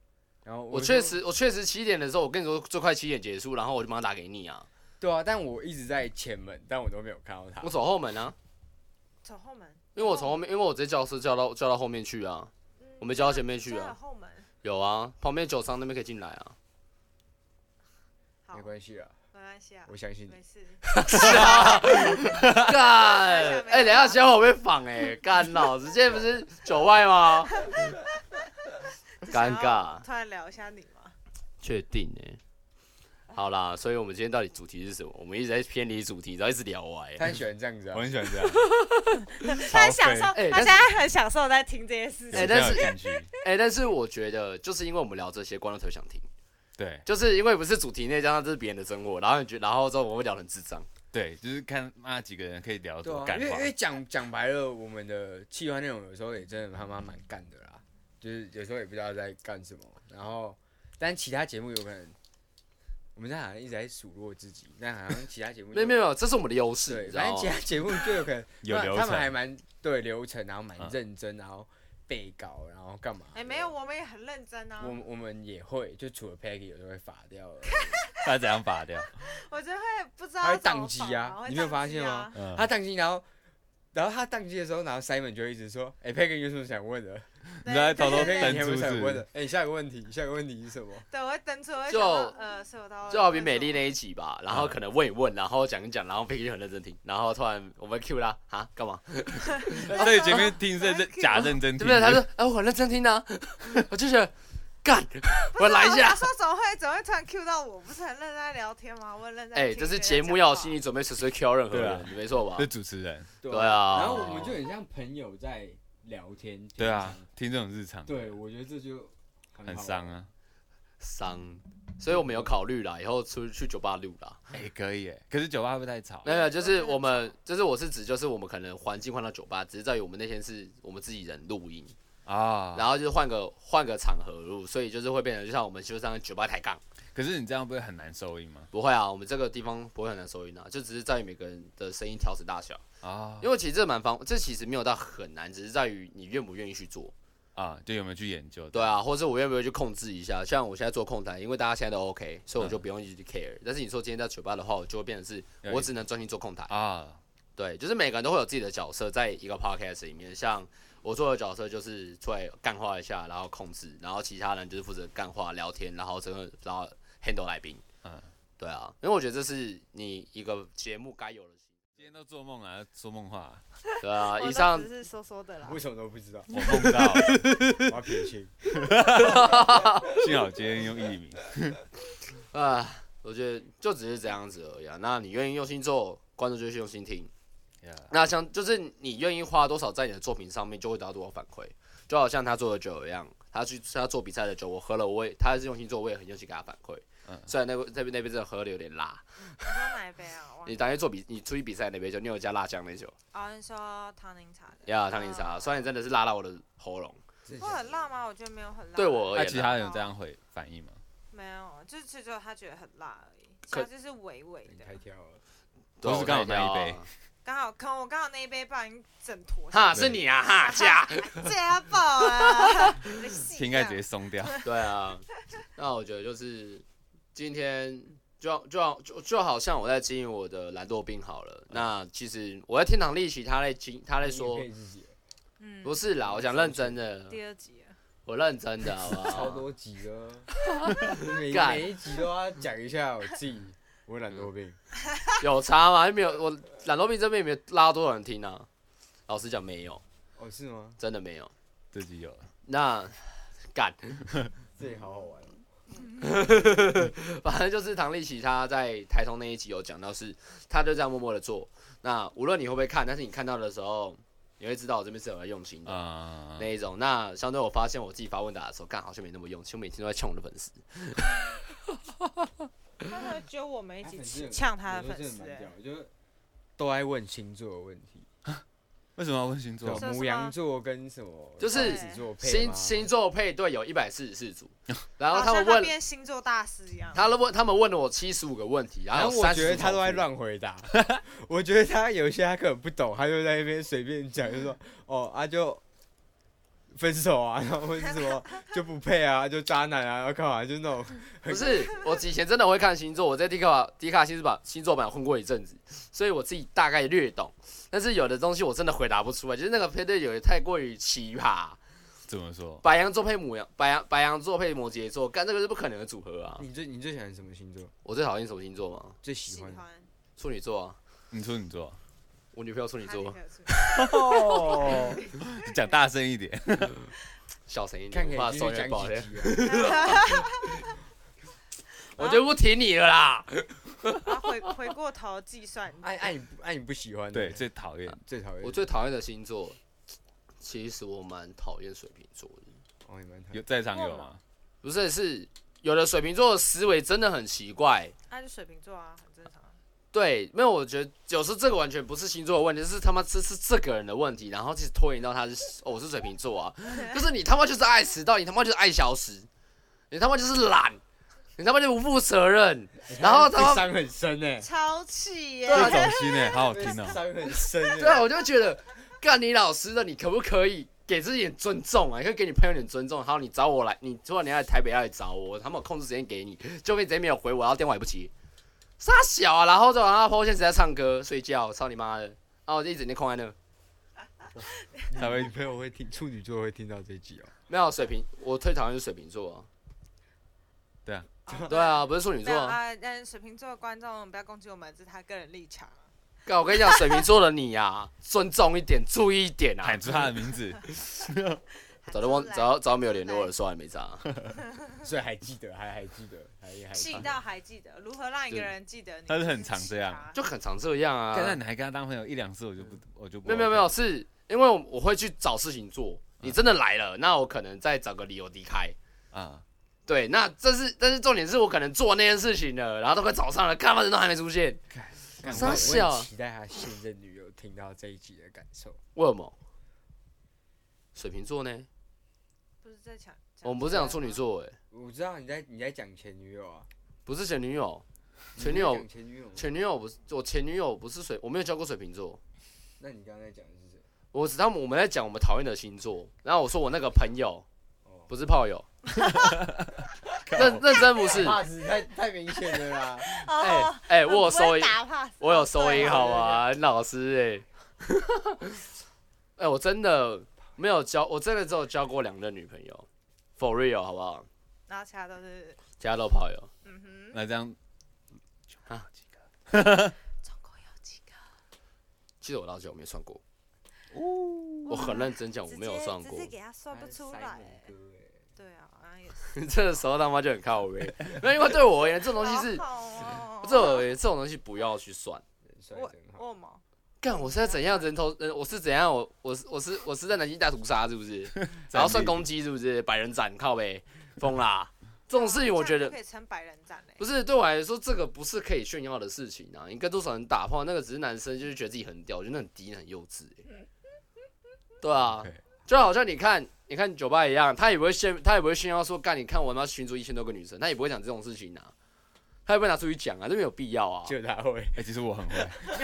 然后我确实我确实七点的时候，我跟你说最快七点结束，然后我就马上打给你啊。 对啊，但我一直在前门，但我都没有看到他。 我走后门啊。 走后门。 因为我从后面，因为我直接叫车叫到叫到后面去啊，嗯、我没叫到前面去啊。 后门。有啊，旁边酒商那边可以进来啊。 没关系啊。 没关系啊， 我相信你。 没事。 干，哎，等一下小伙被仿哎，干老子今天不是酒外吗？尴尬。 突然聊一下你吗？ 确定哎。好啦，所以我们今天到底主题是什么？我们一直在偏离主题，然后一直聊歪。 他很喜欢这样子啊， 我很喜欢这样。 他很享受，欸、他现在很享受在听这些事情。 哎、欸，但是，哎、欸，但是我觉得，就是因为我们聊这些，观众特想听。 对， 就是因为不是主题内，加上这是别人的生活，然后你觉，然后之后我们会聊得很智障。 对，就是看那几个人可以聊多干话。因为因为讲讲白了，我们的企划内容有时候也真的他妈蛮干的啦，就是有时候也不知道在干什么。然后，但其他节目有可能。我们这好像一直在数落自己，但好像其他节目没有没有，这是我们的优势。 对，反正其他节目就有可能有流程， 他们还蛮对流程，然后蛮认真，然后背稿，然后干嘛？ 哎、欸，没有，我们也很认真啊。 我我们也会，就除了 Peggy 有时候会罚掉了。 他怎样罚掉？ 我就会不知道他会宕机啊，你没有发现吗？ 嗯、 他宕机，然后然后他宕机的时候，然后 Simon 就一直说：“哎、欸、，Peggy 有什么想问的？” 你在偷偷登出是？ 哎、欸，下一个问题，下一个问题是什么？ 对，我会登出， 就呃， 就好比美丽那一集吧，然后可能问一问，然后讲一讲，然后 Peggy 就很认真听，然后突然我们 Q 他，啊，干嘛？ 所以前面听是认假认真听， 对不对？他说，哎、啊，我很认真听啊，我就觉得干，我来一下。 他说怎么会怎么会突然 Q 到我？不是很认真在聊天吗？我很认真。 哎、欸，这是节目要有心理准备，随时 Q 任何人，啊、没错吧？ 是主持人， 对啊。 然后我们就很像朋友在。聊天， 对啊，听这种日常， 对我觉得这就很伤啊， 伤，所以我们有考虑啦，以后出去酒吧录啦， 哎、欸，可以哎，可是酒吧会不会太吵？ 没有，就是我们，就是我是指，就是我们可能环境换到酒吧，只是在于我们那天是我们自己人录音啊，然后就是换个换个场合录，所以就是会变成就像我们就像酒吧抬杠。 可是你这样不会很难收音吗？ 不会啊，我们这个地方不会很难收音啊，就只是在于每个人的声音调整大小啊。因为其实这蛮方，这其实没有到很难，只是在于你愿不愿意去做啊，就有没有去研究。 对啊，或者我愿不愿意去控制一下。像我现在做控台，因为大家现在都 OK， 所以我就不用一直 care、嗯。但是你说今天在酒吧的话，我就会变成是我只能专心做控台啊。对，就是每个人都会有自己的角色，在一个 podcast 里面，像我做的角色就是出来干话一下，然后控制，然后其他人就是负责干话聊天，然后整个然后 handle 来宾。嗯，对啊，因为我觉得这是你一个节目该有的。 今天都做梦啊，说梦话、啊。 对啊，以上只是说说的啦。 为什么都不知道？ 我梦到， 我要撇清。 幸好今天用艺名。 啊，我觉得就只是这样子而已啊。那你愿意用心做，观众就会用心听。Yeah. 那像就是你愿意花多少在你的作品上面，就会得到多少反馈。就好像他做的酒一样，他去他做比赛的酒，我喝了，我也他是用心做，我也很用心给他反馈。嗯，虽然那那边那边真的喝的有点辣。 你说哪一杯啊？ 你当天做比你出去比赛那杯酒，你有加辣酱那酒？ 哦，你说汤宁茶的。 呀，汤宁茶，虽然真的是辣到我的喉咙。 会很辣吗？我觉得没有很辣。 对我而言， 那其他人有这样会反应吗？ 没有，就是只有他觉得很辣而已，他就是微微的。 太挑了， 都是刚好那一杯。 刚好，可能我刚好那一杯不然整坨。 哈，是你啊，哈家家暴啊！ 应该直接松掉。 对啊，那我觉得就是今天就就就就好像我在经营我的蓝豆冰好了。那其实我在天堂历奇，他在经他在说，嗯，不是啦，我讲认真的。 第二集。我认真的，好不好？ 超多集的，每每一集都要讲一下我自己。我懒惰病有差吗？没有，我懒惰病这边也没有拉多少人听啊。老实讲，没有。 哦，是吗？ 真的没有。 这集有了。 那干， 这里好好玩、 哦。反正就是唐立奇他在台通那一集有讲到是，他就这样默默的做。那无论你会不会看，但是你看到的时候，你会知道我这边是有在用心的、uh... 那一种。那相对我发现我自己发问答的时候，干好像没那么用心，我每天都在呛我的粉丝。 他会揪我们一起呛他的粉丝、欸， 就是都爱问星座的问题。 为什么要问星座？ 牡羊座跟什么？ 就是星星座配对有一百四十四组，然后他们问， 变星座大师一样。 他问他们问了我七十五个问题，然后我觉得他都在乱回答。我觉得他有些他可能不懂，他就在那边随便讲，就说哦啊就分手啊，然后或是什么就不配啊，就渣男啊，要干嘛就那种。 不是，我以前真的会看星座，我在迪卡迪卡星座版星座版混过一阵子，所以我自己大概略懂。但是有的东西我真的回答不出来，就是那个配对有点太过于奇葩。 怎么说？ 白羊座配母羊，白羊白羊座配摩羯座，干这个是不可能的组合啊！ 你最你最喜欢什么星座？ 我最讨厌什么星座吗？ 最喜欢处女座啊！ 你处女座？ 我女朋友处女座。 哦， 讲大声一点， 小声一点， 看怕收起来人爆的。 啊、 我就不提你了啦。 啊、回回过头计算， 爱爱你爱你不喜欢的， 对，最讨厌最讨厌。 我最讨厌的星座，其实我蛮讨厌水瓶座的。 哦，你蛮讨厌。 有在场有吗？ 不是，是有的水瓶座的思维真的很奇怪。 那、啊、就水瓶座啊，很正常。 对，没有，我觉得有时候这个完全不是星座的问题，是他妈这是这个人的问题，然后其实拖延到他是哦，我是水瓶座啊，就是你他妈就是爱迟到，你他妈就是爱消失，你他妈就是懒，你他妈就不负责任，然后他妈伤很深哎， 超气耶， 这种心哎，好好听哦， 伤很深。 对啊，我就觉得干你老师的，你可不可以给自己点尊重啊？你可以给你朋友点尊重。好，你找我来，你如果你要来台北要来找我，我他妈有控制时间给你，就被直接没有回我，然后电话也不接。傻小啊，然后就晚上抛现实在唱歌睡觉，操你妈的！然后我就一整天空在那。 哪位女朋友会听处女座会听到这一集哦？ 没有水瓶，我最讨厌是水瓶座啊。 对啊， 对啊，不是处女座啊。嗯，水瓶座的观众不要攻击我们，这是他个人立场。 我跟你讲，水瓶座的你啊，尊重一点，注意一点啊。 喊出他的名字。 早就忘，早早没有联络了，算了，没差。 所以还记得，还还记得，还还记到还记得，如何让一个人记得你？ 他是很常这样， 就很常这样啊。 那你还跟他当朋友一两次，我就不，我就不。 没有没有没有，是因为我我会去找事情做。你真的来了，那我可能再找个理由离开。啊，对，那这是，但是重点是我可能做那件事情了，然后都快早上了，看到人都还没出现。 傻笑。我期待他现任女友听到这一集的感受。 为什么？水瓶座呢？ 不是在讲， 我们不是讲处女座哎。 我知道你在你在讲前女友啊， 不是前女友，前女友前女友不是我前女友不是水，我没有交过水瓶座。 那你刚刚在讲的是谁？ 我只他们我们在讲我们讨厌的星座，然后我说我那个朋友不是炮友，认认真不是。 怕子太太明显了啦。 哎哎，我有收音，我有收音好吗？老师哎，哎我真的。没有交，我真的只有交过两任女朋友 ，for real 好不好？ 然后其他都是， 其他都炮友。 嗯哼。那这样， 啊几个？总共有几个？ 其实我到现在我没算过。哦。我很认真讲，我没有算过。 直接给他算不出来。对啊，好像也是。 这个时候他妈就很靠背，因为因为对我而言，这种东西是，这我这种东西不要去算。 我我吗？ 干，我是在怎样人头人？我是怎样？我我是我是我是在南京大屠杀是不是？然后算攻击是不是？百人斩靠呗，疯啦！这种事情我觉得可以称百人斩嘞。 不是对我来说，这个不是可以炫耀的事情啊！你跟多少人打炮，那个只是男生就是觉得自己很屌，我觉得那很低很幼稚、欸。对啊，就好像你看你看酒吧一样，他也不会炫，他也不会炫耀说干，你看我他妈群组一千多个女生，他也不会讲这种事情啊。他也不会拿出去讲啊，这没有必要啊。 就他会， 哎、欸，其实我很会。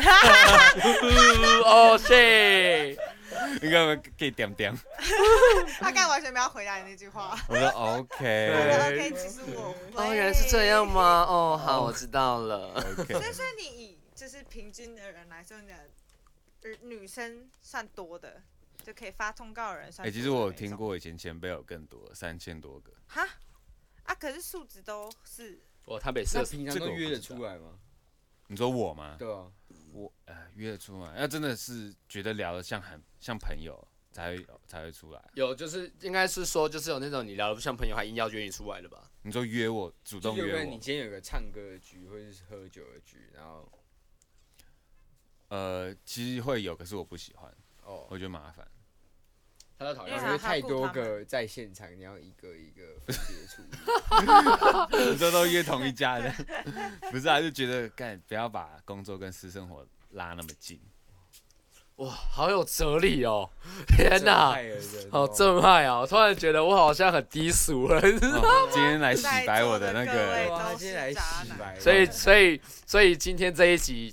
哦，是。 应该可以点点。 他刚才完全没有回答你那句话。 我说 OK。 我 OK， 其实我会。 哦，原来是这样吗？哦，好，我知道了。 OK。所以说你以就是平均的人来说，你的女生算多的，就可以发通告的人算多的。哎、 欸，其实我有听过以前前辈有更多，三千多个。 哈？啊，可是数值都是。 我台北市平常都约得出来吗？ 你说我吗？ 对啊， 我呃约得出来，要真的是觉得聊得像很像朋友才会才会出来。 有就是应该是说就是有那种你聊得像朋友还硬要约你出来的吧？ 你说约我主动约我？ 你今天有个唱歌的局或者是喝酒的局，然后呃其实会有，可是我不喜欢，哦，我觉得麻烦。 他在讨厌， 因为太多个在现场，你要一个一个分别处理。 你说都约同一家的，不是啊？就觉得干不要把工作跟私生活拉那么近。 哇，好有哲理哦！天哪，好正派啊！我突然觉得我好像很低俗了。 哦、今天来洗白我的那个， 今天来洗白。 所以，所以，所以今天这一集的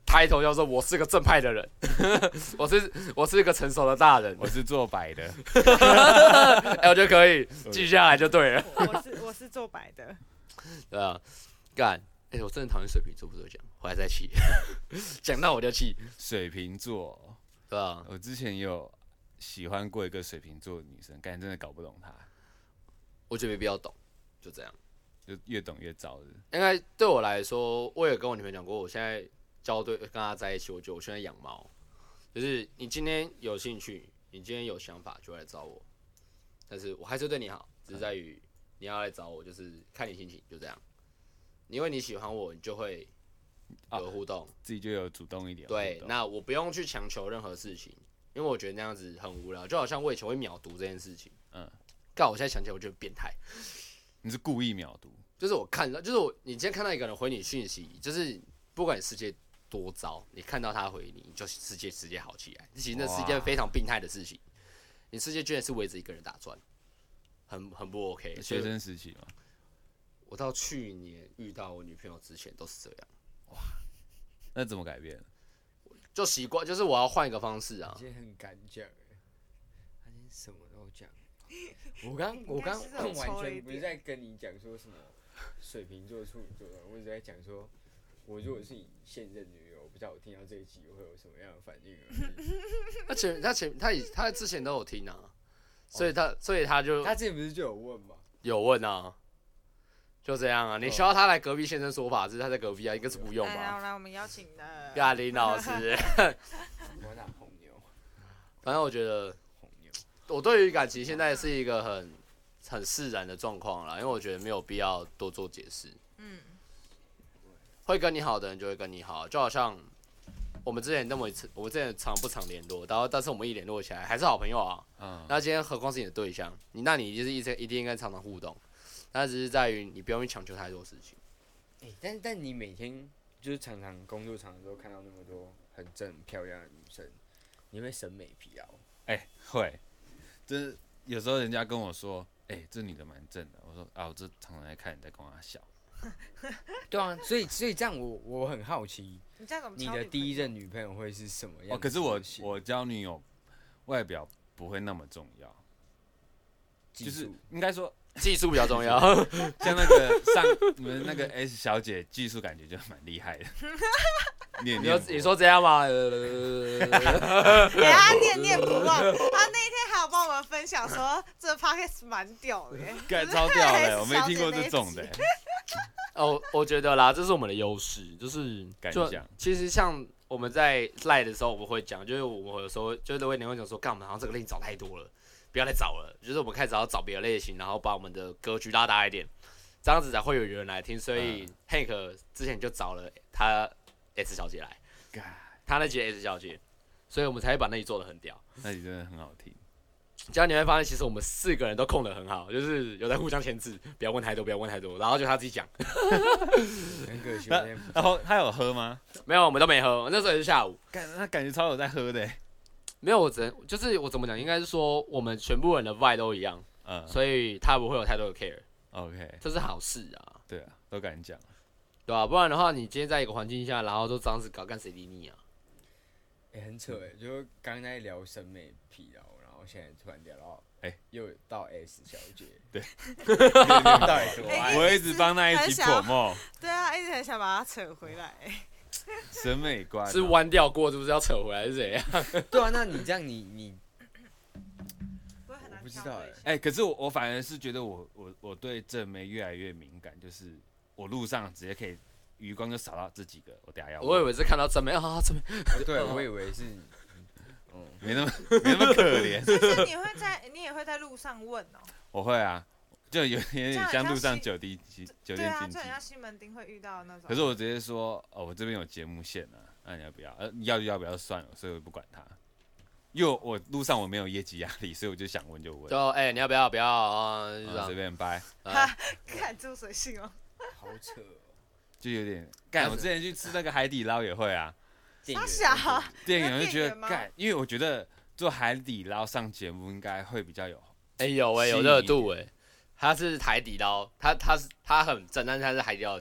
title 叫做我是个正派的人，我是我是一个成熟的大人， 我是做白的， 哎、欸，我觉得可以记下来就对了。 我是我是做白的， 对啊，干，哎、欸，我真的讨厌水瓶座，不是讲，我还在气，讲到我就气。 水瓶座， 对啊， 我之前也有喜欢过一个水瓶座的女生，感觉真的搞不懂她。 我觉得没必要懂，就这样， 就越懂越糟的。 应该对我来说，我也跟我女朋友讲过，我现在交对跟她在一起，我觉得我现在养猫，就是你今天有兴趣，你今天有想法就来找我，但是我还是对你好，只是在于你要来找我，就是看你心情，就这样。因为你喜欢我，你就会有互动， 啊、自己就有主动一点。 对，那我不用去强求任何事情，因为我觉得那样子很无聊，就好像我以前会秒读这件事情，嗯。但我现在想起来，我觉得变态。 你是故意秒读？ 就是我看到，就是我，你今天看到一个人回你讯息，就是不管你世界多糟，你看到他回你，你就世界直接好起来。其实那是一件非常病态的事情。你世界居然是围着一个人打转，很很不 OK。 学生时期吗？ 我到去年遇到我女朋友之前都是这样。 哇，那怎么改变？ 就习惯，就是我要换一个方式啊。 今天很敢讲，他今天什么都讲。我刚我刚完全不是在跟你讲说什么水瓶座、处女座的，我只在讲说，我如果是你现任女友，不知道我听到这一集会有什么样的反应而已。 他前他前他他之前都有听啊，所以他所以他就他之前不是就有问吗？ 有问啊，就这样啊。你需要他来隔壁现身说法，只是他在隔壁啊，应该是不用吧？ 来来，我们邀请的亚林老师。 我打红牛， 反正我觉得。我对于感情现在是一个很很释然的状况啦，因为我觉得没有必要多做解释。嗯，会跟你好的人就会跟你好，就好像我们之前那么一次，我们之前常不常联络，然后但是我们一联络起来还是好朋友啊。嗯。那今天何况是你的对象，你那你就是一直一定应该常常互动，那只是在于你不用去强求太多事情。 哎、欸，但但你每天就是常常工作场都看到那么多很正漂亮的女生，你会审美疲劳？ 哎、欸，会。就是有时候人家跟我说，哎、欸，这女的蛮正的。我说啊，我这常常在看你在跟她笑。 对啊，所以所以这样我我很好奇， 你这样怎么？ 你的第一任女朋友会是什么样？ 哦，可是我我交女友，外表不会那么重要，就是应该说技术比较重要。 像那个上你们那个 S 小姐，技术感觉就蛮厉害的。你你你说这样吗？ 呃，哎，他念念不忘，他那天还有帮我们分享说这 podcast 蛮屌的， 干超屌的，我没听过这种的。 哦，我觉得啦，这是我们的优势，就是敢讲。 其实像我们在赖的时候，我们会讲，就是我们有时候就是会会讲说，干嘛？好像这个类型找太多了，不要再找了。就是我们开始要找别的类型，然后把我们的格局拉大一点，这样子才会有人来听。所以 Hank 之前就找了他 S 小姐来，他那集 S 小姐，所以我们才会把那集做得很屌。 那集真的很好听。 这样你会发现，其实我们四个人都控得很好，就是有在互相牵制，不要问太多，不要问太多，然后就他自己讲。 很可惜。 然后他有喝吗？ 没有，我们都没喝。那时候也是下午。 他感觉超有在喝的。 没有，我只能就是我怎么讲，应该是说我们全部人的 vibe 都一样，嗯，所以他不会有太多的 care。OK， 这是好事啊。 对啊，都敢讲， 对吧、啊？不然的话，你今天在一个环境下，然后都这样子搞，干谁理你啊？ 哎、欸，很扯哎，就刚刚在聊审美疲劳。我现在突然聊到，哎、欸，又到 S 小姐， 对， 到底多爱？ 我一直帮那一集 promo， 对啊，一直很想把它扯回来。 审美观、啊、 是弯掉过，是不是要扯回来是怎样？ 对啊，那你这样你你，我不知道哎、 欸，哎、欸，可是我我反而是觉得我我我对正妹越来越敏感，就是我路上直接可以余光就扫到这几个，我等下要。 我以为是看到正妹啊，正妹， 对，我以为是。 嗯，没那么没那么可怜。 其实你会在你也会在路上问哦。 我会啊，就有点像路上酒店酒店经济。 对啊，就很像西门町会遇到的那种。 可是我直接说，哦，我这边有节目线啊，那你要不要？呃，要就要，不要算了，所以我不管他。因为我路上我没有业绩压力，所以我就想问就问。 就哎、欸，你要不要？不要啊， 随便掰。 哈，看这么随性哦。 好扯哦。 就有点干。我之前去吃那个海底捞也会啊。 傻小， 店员就觉得干，因为我觉得做海底捞上节目应该会比较有， 哎、欸、有哎、欸、有热度哎、欸，他是海底捞，他他是他很正，但是他是海底捞的店员，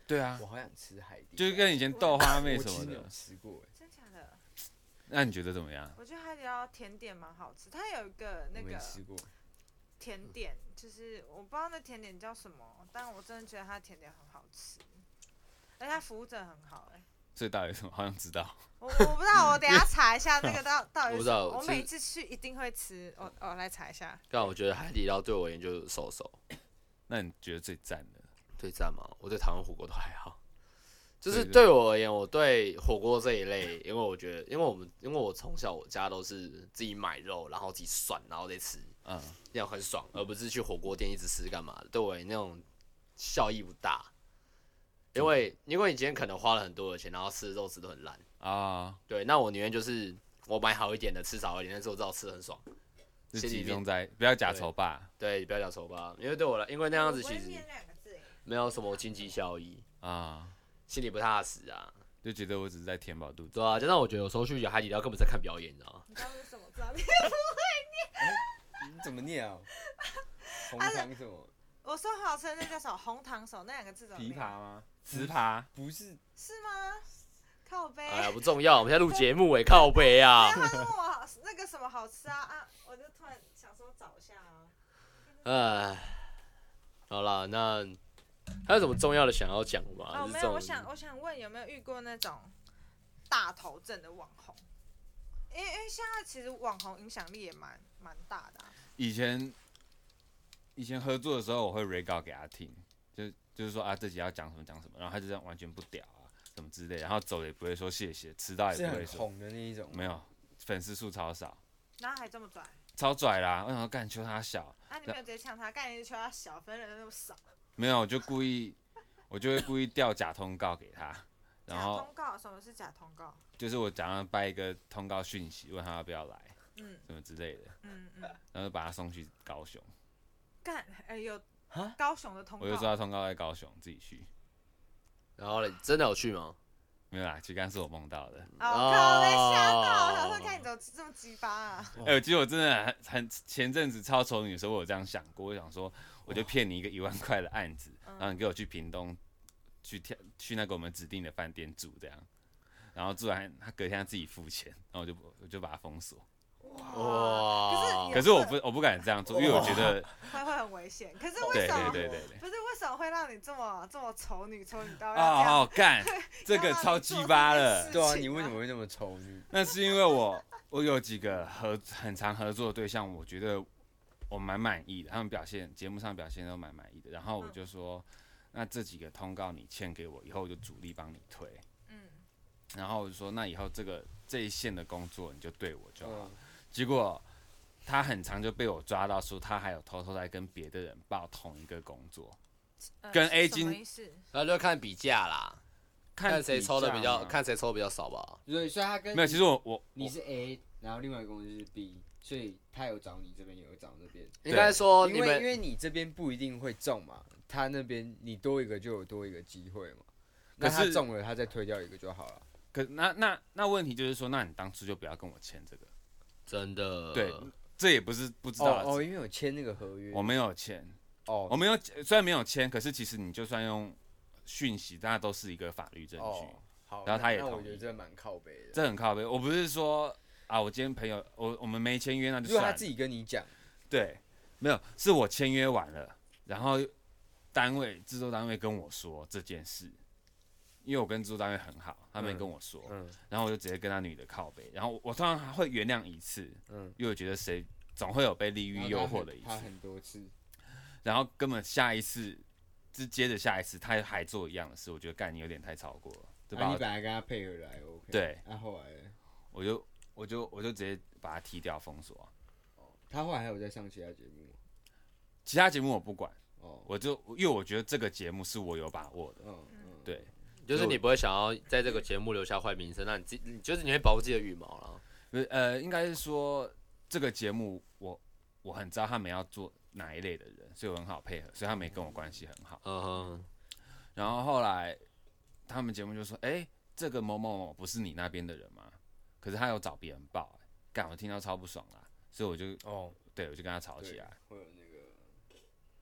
对啊， 我好想吃海底， 就是跟以前豆花妹什么的。 我吃过， 真假的？ 那你觉得怎么样？ 我觉得海底捞甜点蛮好吃，它有一个那个甜点，就是我不知道那甜点叫什么，但我真的觉得它的甜点很好吃，而且它服务真的很好、欸，哎。 所以到底什么？好想知道。 我我不知道，我等一下查一下那个到到底是什么。 我不知道， 我每次去一定会吃，我我来查一下。 但我觉得海底捞对我而言就是收手。 那你觉得最赞的？ 最赞吗？我对台湾火锅都还好。就是对我而言，我对火锅这一类，因为我觉得，因为我们，因为我从小我家都是自己买肉，然后自己涮，然后再吃，嗯，这样很爽，而不是去火锅店一直吃干嘛的，对我而言那种效益不大。因为因为你今天可能花了很多的钱，然后吃的肉吃都很烂啊。对，那我宁愿就是我买好一点的，吃少一点，但是我知道吃得很爽。 就集中在不要假丑霸。 对，不要假丑霸，因为对我来，因为那样子其实没有什么经济效益啊，心里不踏实啊， 就觉得我只是在填饱肚子。 对啊，加上我觉得有时候去海底捞根本在看表演，你知道吗？ 你知道是什么字啊？你不会念？你怎么念啊？红糖什么？ 我说好吃的那叫什么？红糖手那两个字怎么念？ 琵琶吗？糍粑？ 不是。 是吗？靠背。 哎呀，不重要，我们现在录节目哎，靠背啊。 他问我那个什么好吃啊啊，我就突然想说找一下啊。 哎，好啦，那还有什么重要的想要讲吗？ 哦，没有，我想我想问有没有遇过那种大头症的网红？因为因为现在其实网红影响力也蛮蛮大的、啊。 以前以前合作的时候，我会 re 稿给他听，就就是说啊这集要讲什么讲什么，然后他就这样完全不屌啊什么之类的，然后走也不会说谢谢，迟到也不会说。 是很红的那一种。 没有，粉丝数超少。 然后还这么拽。 超拽啦！我想说干求他小。 啊，你没有直接呛他，干你就求他小，分人那么少。 没有，我就故意，我就会故意调假通告给他，然后。 假通告？什么是假通告？ 就是我早上掰一个通告讯息，问他要不要来，嗯，什么之类的，嗯嗯，然后就把他送去高雄。 干，哎、欸、有高雄的通告。 我就知道通告在高雄，自己去。 然后嘞，真的有去吗？ 没有啦，其实刚是我梦到的。 哦，靠，被吓到！我想说，看你怎么这么鸡巴啊！ 哎、欸，其实我真的很很前阵子超丑女的时候，我有这样想过，我想说，我就骗你一个一万块的案子，然后你给我去屏东，去跳去那个我们指定的饭店住这样，然后住完他隔天他自己付钱，然后我就我就把他封锁。 哇！可是可是我不我不敢这样做，因为我觉得会会很危险。可是为什么？ 对对对对对， 不是为什么会让你这么这么丑女丑女到要这样？哦，干，这个超鸡巴了。 对啊，你为什么会那么丑女？ 那是因为我我有几个合很常合作的对象，我觉得我蛮满意的，他们表现节目上表现都蛮满意的。然后我就说，那这几个通告你签给我，以后我就主力帮你推。嗯。然后我就说，那以后这个这一线的工作你就对我就好。嗯，结果他很常就被我抓到，说他还有偷偷在跟别的人报同一个工作，呃、跟 A 金， 然后就看比价啦，看谁抽的比较，看谁抽的比较少吧。 所以，所以他跟没有，其实我我你是 A， 然后另外一个公司是 B， 所以他有找你这边，也有找那边。 应该说， 因为因为你这边不一定会中嘛，他那边你多一个就有多一个机会嘛。那他中了，他再推掉一个就好了。 可那那那问题就是说，那你当初就不要跟我签这个。 真的， 对，这也不是不知道哦哦，因为有签那个合约， 我没有签哦， 我没有，虽然没有签，可是其实你就算用讯息，大家都是一个法律证据。哦， 好， 然后他也同意， 那我觉得这蛮靠北的， 这很靠北。我不是说啊，我今天朋友，我我们没签约，那就算了。 如果他自己跟你讲， 对，没有，是我签约完了，然后单位制作单位跟我说这件事。因为我跟制作单位很好，他们跟我说，嗯嗯、然后我就直接跟他女的靠北，然后我通常会原谅一次，嗯，因为我觉得谁总会有被利益诱惑的一次， 他很多次， 然后根本下一次，就接着下一次他还做一样的事，我觉得干你有点太超过了，对吧？ 啊、你本来跟他配合来 ，OK， 对， 那、啊、后来我就我就我就直接把他踢掉封锁、啊。 哦，他后来还有在上其他节目吗？ 其他节目我不管，哦，我就因为我觉得这个节目是我有把握的，嗯嗯，对。 就是你不会想要在这个节目留下坏名声，那你自你就是你会保护自己的羽毛了。 呃，应该是说这个节目我我很知道他们要做哪一类的人，所以我很好配合，所以他们也跟我关系很好。嗯哼。然后后来他们节目就说：“哎、欸，这个某某某不是你那边的人吗？”可是他有找别人报、欸，干我听到超不爽啦，所以我就哦，对我就跟他吵起来。 会有那个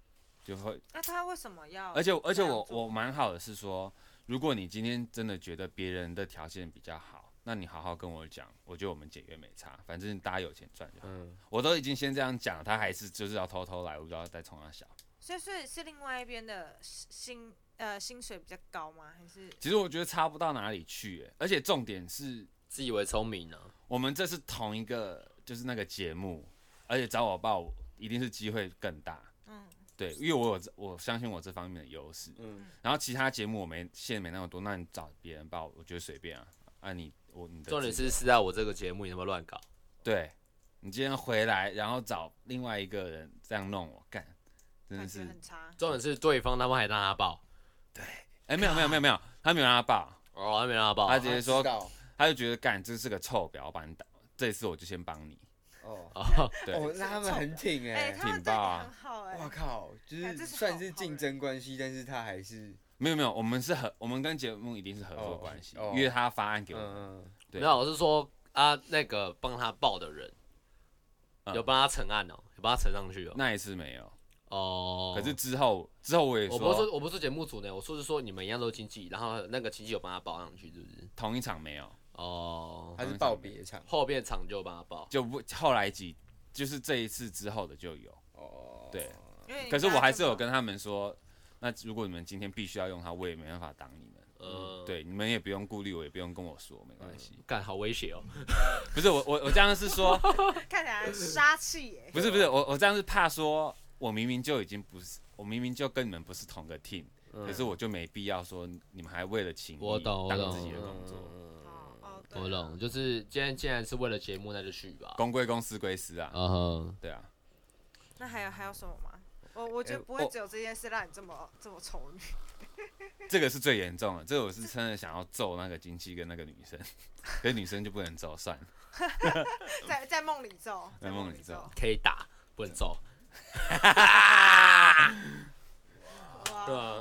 就会。 那他为什么要？ 而且而且我我蛮好的是说，如果你今天真的觉得别人的条件比较好，那你好好跟我讲，我觉得我们解约没差，反正大家有钱赚就好。嗯、我都已经先这样讲，他还是就是要偷偷来，我不知道再冲他小。 所以是是另外一边的薪呃薪水比较高吗？还是？ 其实我觉得差不到哪里去、欸，而且重点是自以为聪明呢、啊。 我们这是同一个就是那个节目，而且找我报一定是机会更大。嗯，对，因为我有我相信我这方面的优势。嗯，然后其他节目我没线没那么多，那你找别人报，我觉得随便啊。啊你我你的重点是是在我这个节目，你有没有乱搞？ 对，你今天回来，然后找另外一个人这样弄我干。真的是很差， 重点是对方他们还让他报， 对，哎、欸、没有没有没有没有，他没有让他报， 哦他没让他报， 他直接说，他就觉得干这是个臭婊，我把你打，这一次我就先帮你， 哦哦对， 哦那他们很挺哎、 欸， 挺爆啊， 我靠，就是算是竞争关系，但是他还是没有没有，我们是合，我们跟节目一定是合作关系，因为他发案给我们，嗯、 对，没有我是说啊那个帮他报的人，嗯、有帮他呈案哦，有帮他呈上去哦， 那一次没有。 哦， 可是之后之后我也说， 我不是说我不是节目组的，我说是说你们一样都是经纪，然后那个经纪有帮他报上去，是不是？ 同一场没有， 哦， 还是报别场， 后边场就帮他报， 就不后来几就是这一次之后的就有，哦，对， 可可是我还是有跟他们说，那如果你们今天必须要用它，我也没办法挡你们，嗯，对，你们也不用顾虑我，也不用跟我说，没关系。 干、嗯，好威胁哦！ 不是我我我这样是说， 看起来杀气耶。 不是不是我我这样是怕说。我明明就已经不是，我明明就跟你们不是同个 team，、嗯、可是我就没必要说你们还为了情谊当自己的工作。 我懂，我懂，就是今天既然是为了节目，那就去吧。 公归公，私归私啊。 嗯哼， 对啊。 那还有还有什么吗？我我觉得不会只有这件事让你这么、欸、这么丑女。 这个是最严重的，这个我是真的想要揍那个经纪跟那个女生，可是女生就不能揍，算了。 在在梦里揍， 在梦里揍， 可以打，不能揍。对啊，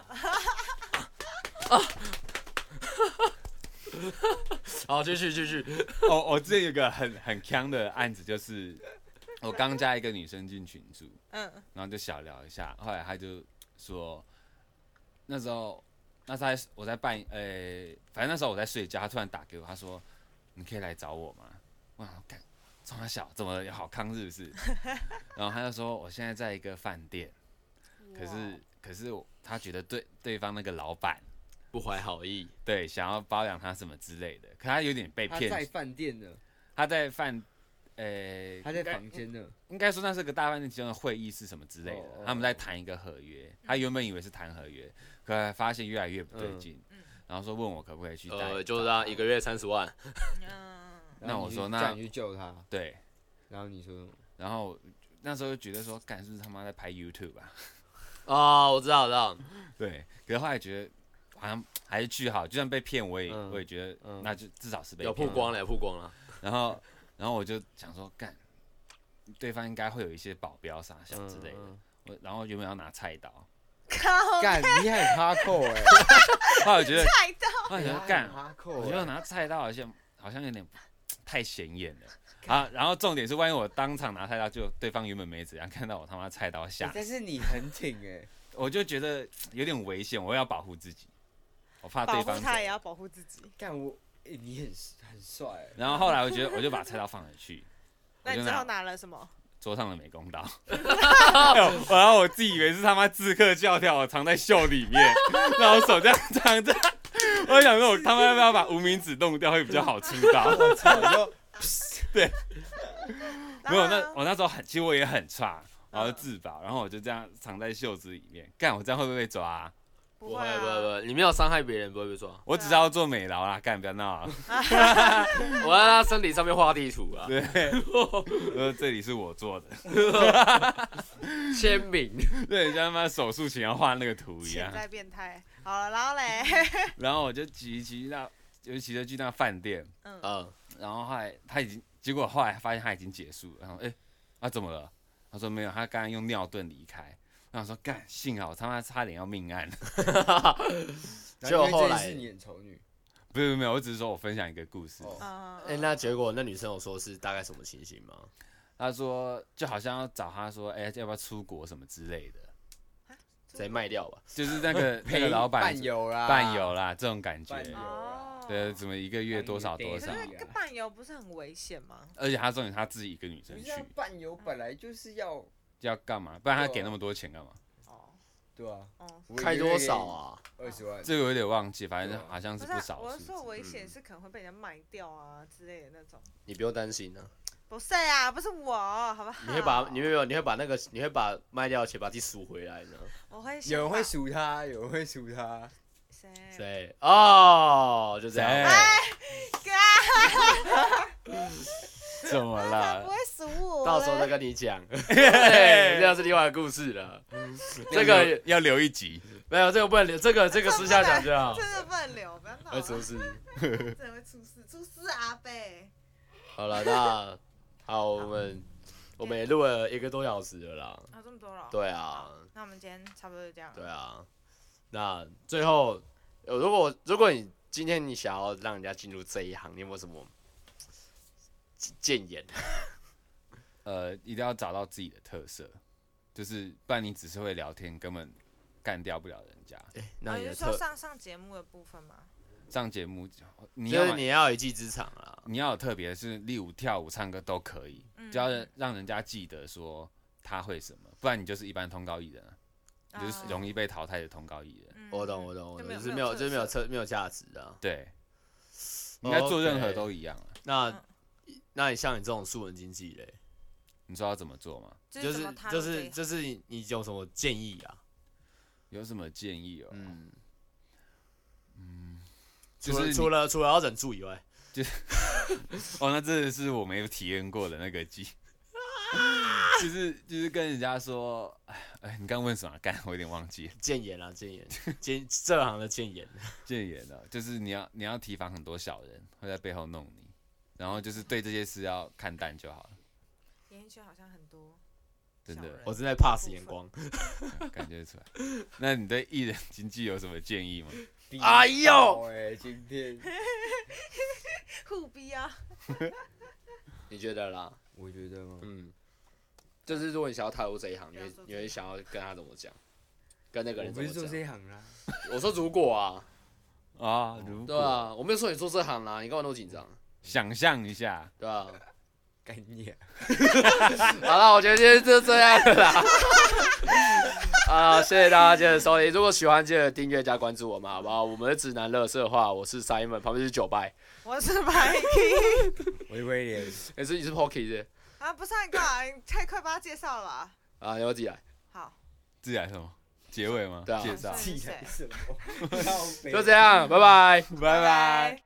好，继续继续。 哦，我之前有个很很强的案子，就是我刚加一个女生进群组，嗯，然后就小聊一下，后来他就说，那时候那时候我在办，呃、欸，反正那时候我在睡觉，他突然打给我，他说你可以来找我吗？我想干。冲他小怎么有好康是不是？然后他就说我现在在一个饭店，可是可是他觉得对对方那个老板不怀好意， 对，想要包养他什么之类的，可他有点被骗。 他在饭店呢， 他在饭，呃、欸， 他在房间呢， 应该说那是个大饭店其中的会议室什么之类的，哦、他们在谈一个合约，他原本以为是谈合约，可他发现越来越不对劲，嗯、然后说问我可不可以去带， 呃，就是让一个月三十万。 那我说那叫你去救他， 对， 然后你说， 然后那时候就觉得说，干是不是他妈在拍 YouTube 啊？ 哦，我知道，我知道。 对，可是后来觉得好像还是去好，就算被骗，我也、嗯、我也觉得、嗯、那就至少是被骗。 有曝光了，有曝光了。 然后，然后我就想说，干，对方应该会有一些保镖啥小之类的。嗯、我然后原本要拿菜刀， 干，你很哈扣哎。 后来我觉得， 菜刀， 后来觉得干，我觉得拿菜刀好像好像有点。太显眼了啊！然后重点是，万一我当场拿菜刀，就对方原本没怎样，看到我他妈菜刀下、欸， 但是你很挺哎、欸， 我就觉得有点危险，我要保护自己，我怕对方。 保护他也要保护自己。 干我，哎、欸，你很很帅、欸。 然后后来我觉得，我就把菜刀放回去。 那你之后拿了什么？ 桌上的美工刀。然后我自己以为是他妈刺客教条，我藏在袖里面，然后手这样藏着。我想说，我他妈要不要把无名指弄掉会比较好出刀？ 我操！ 对，没有那我那时候很，其实我也很差，我要自保，然后我就这样藏在袖子里面。干，我这样会不会被抓、啊？ 不会，不会，不会，你没有伤害别人，不会被抓。 我只是要做美劳啦，干，不要闹啊！ 我在他身体上面画地图啊。 对，呃，这里是我做的， 签名。 对，像他妈手术前要画那个图一样。 潜在变态。好了，然后嘞。 然后我就骑骑到，就骑着去那饭店。嗯。然后后来他已经，结果后来发现他已经结束了。然后哎，他、欸啊、怎么了？他说没有，他刚刚用尿遁离开。我想说，干，幸好他妈差点要命案。 结果后来是你很丑女。 不是没有，我只是说我分享一个故事。 哎、哦欸，那结果那女生有说是大概什么情形吗？ 她说就好像要找他说，哎、欸，要不要出国什么之类的。 再卖掉吧。 就是那个那个老板伴游啦， 伴游啦，这种感觉。 哦， 对，怎么一个月多少多少？ 可是伴游不是很危险吗？ 而且他重点他自己一个女生去。 伴游本来就是要要干嘛？不然他给那么多钱干嘛？ 哦，对啊， 开多少啊？ 二十万。 这个有点忘记，反正好像是不少。 我是说危险是可能会被人家卖掉啊之类的那种。 你不用担心啊。 不是啊，不是我，好不好？ 你会把，你会有，你会把那个，你会把卖掉的钱把自己赎回来呢？ 我会。 有人会赎他，有人会赎他。 谁？ 谁？哦，就这样。 哎，哥。 怎么了？ 不会赎我。 到时候再跟你讲。这样是另外的故事了。这个要留一集。 没有，这个不能留，这个这个私下讲就好。 真的不能留，不要闹。 会出事。 真的会出事，出事阿贝。 好了，那好，我们我们也录了一个多小时了啦。 啊，这么多了。 对啊。 那我们今天差不多就这样。 对啊。那最后，如果如果你今天你想要让人家进入这一行，你有没有什么建言？ 呃，一定要找到自己的特色，就是不然你只是会聊天，根本干掉不了人家。 欸、那你是说上上节目的部分吗？ 上节目，你就是你要有一技之长啦， 你要有特别，是例如跳舞、唱歌都可以，嗯、只要让人家记得说他会什么，不然你就是一般通告艺人、啊，你就是容易被淘汰的通告艺人。 嗯、我懂，我懂，我懂，就是没有，就是没有特没有价值的。 对，你在做任何都一样、啊。 Okay. 那那你像你这种素人经济嘞， 你说要怎么做吗？ 就是就是就是你有什么建议啊？ 有什么建议哦？嗯嗯。除了除了除了要忍住以外， 就哦，那真的是我没有体验过的那个技，就是就是跟人家说，哎，你刚问什么？干，我有点忘记了。 谏言啊，谏言，谏这行的谏言， 谏言啊，就是你要你要提防很多小人会在背后弄你，然后就是对这些事要看淡就好了。 演艺圈好像很多， 真的， 我正在 pass 眼光， 感觉出来。那你对艺人经纪有什么建议吗？ 哎呦！ 哎，今天互逼啊！ 你觉得啦？ 我觉得吗？ 嗯，就是如果你想要踏入这一行，你会你会想要跟他怎么讲？跟那个人怎么讲？ 我不是做这一行啦。 我说如果啊啊，如果对啊，我没有说你做这行啦，你干嘛那么紧张？ 想象一下， 对吧？ 概念。 好了，我觉得今天就这样了啦。啊，谢谢大家今天的收听。如果喜欢，记得订阅加关注我们，好不好？我们的指南乐色话，我是 Simon， 旁边是九拜， 我是白 K， 我是威廉， 也是你是 Pocky 是？ 啊，不是你干嘛？你太快把他介绍了吧？ 啊，你要自己来。 好， 自己来什么？结尾吗？ 对啊， 介绍。 自己来什么？ 就这样，拜拜， 拜拜。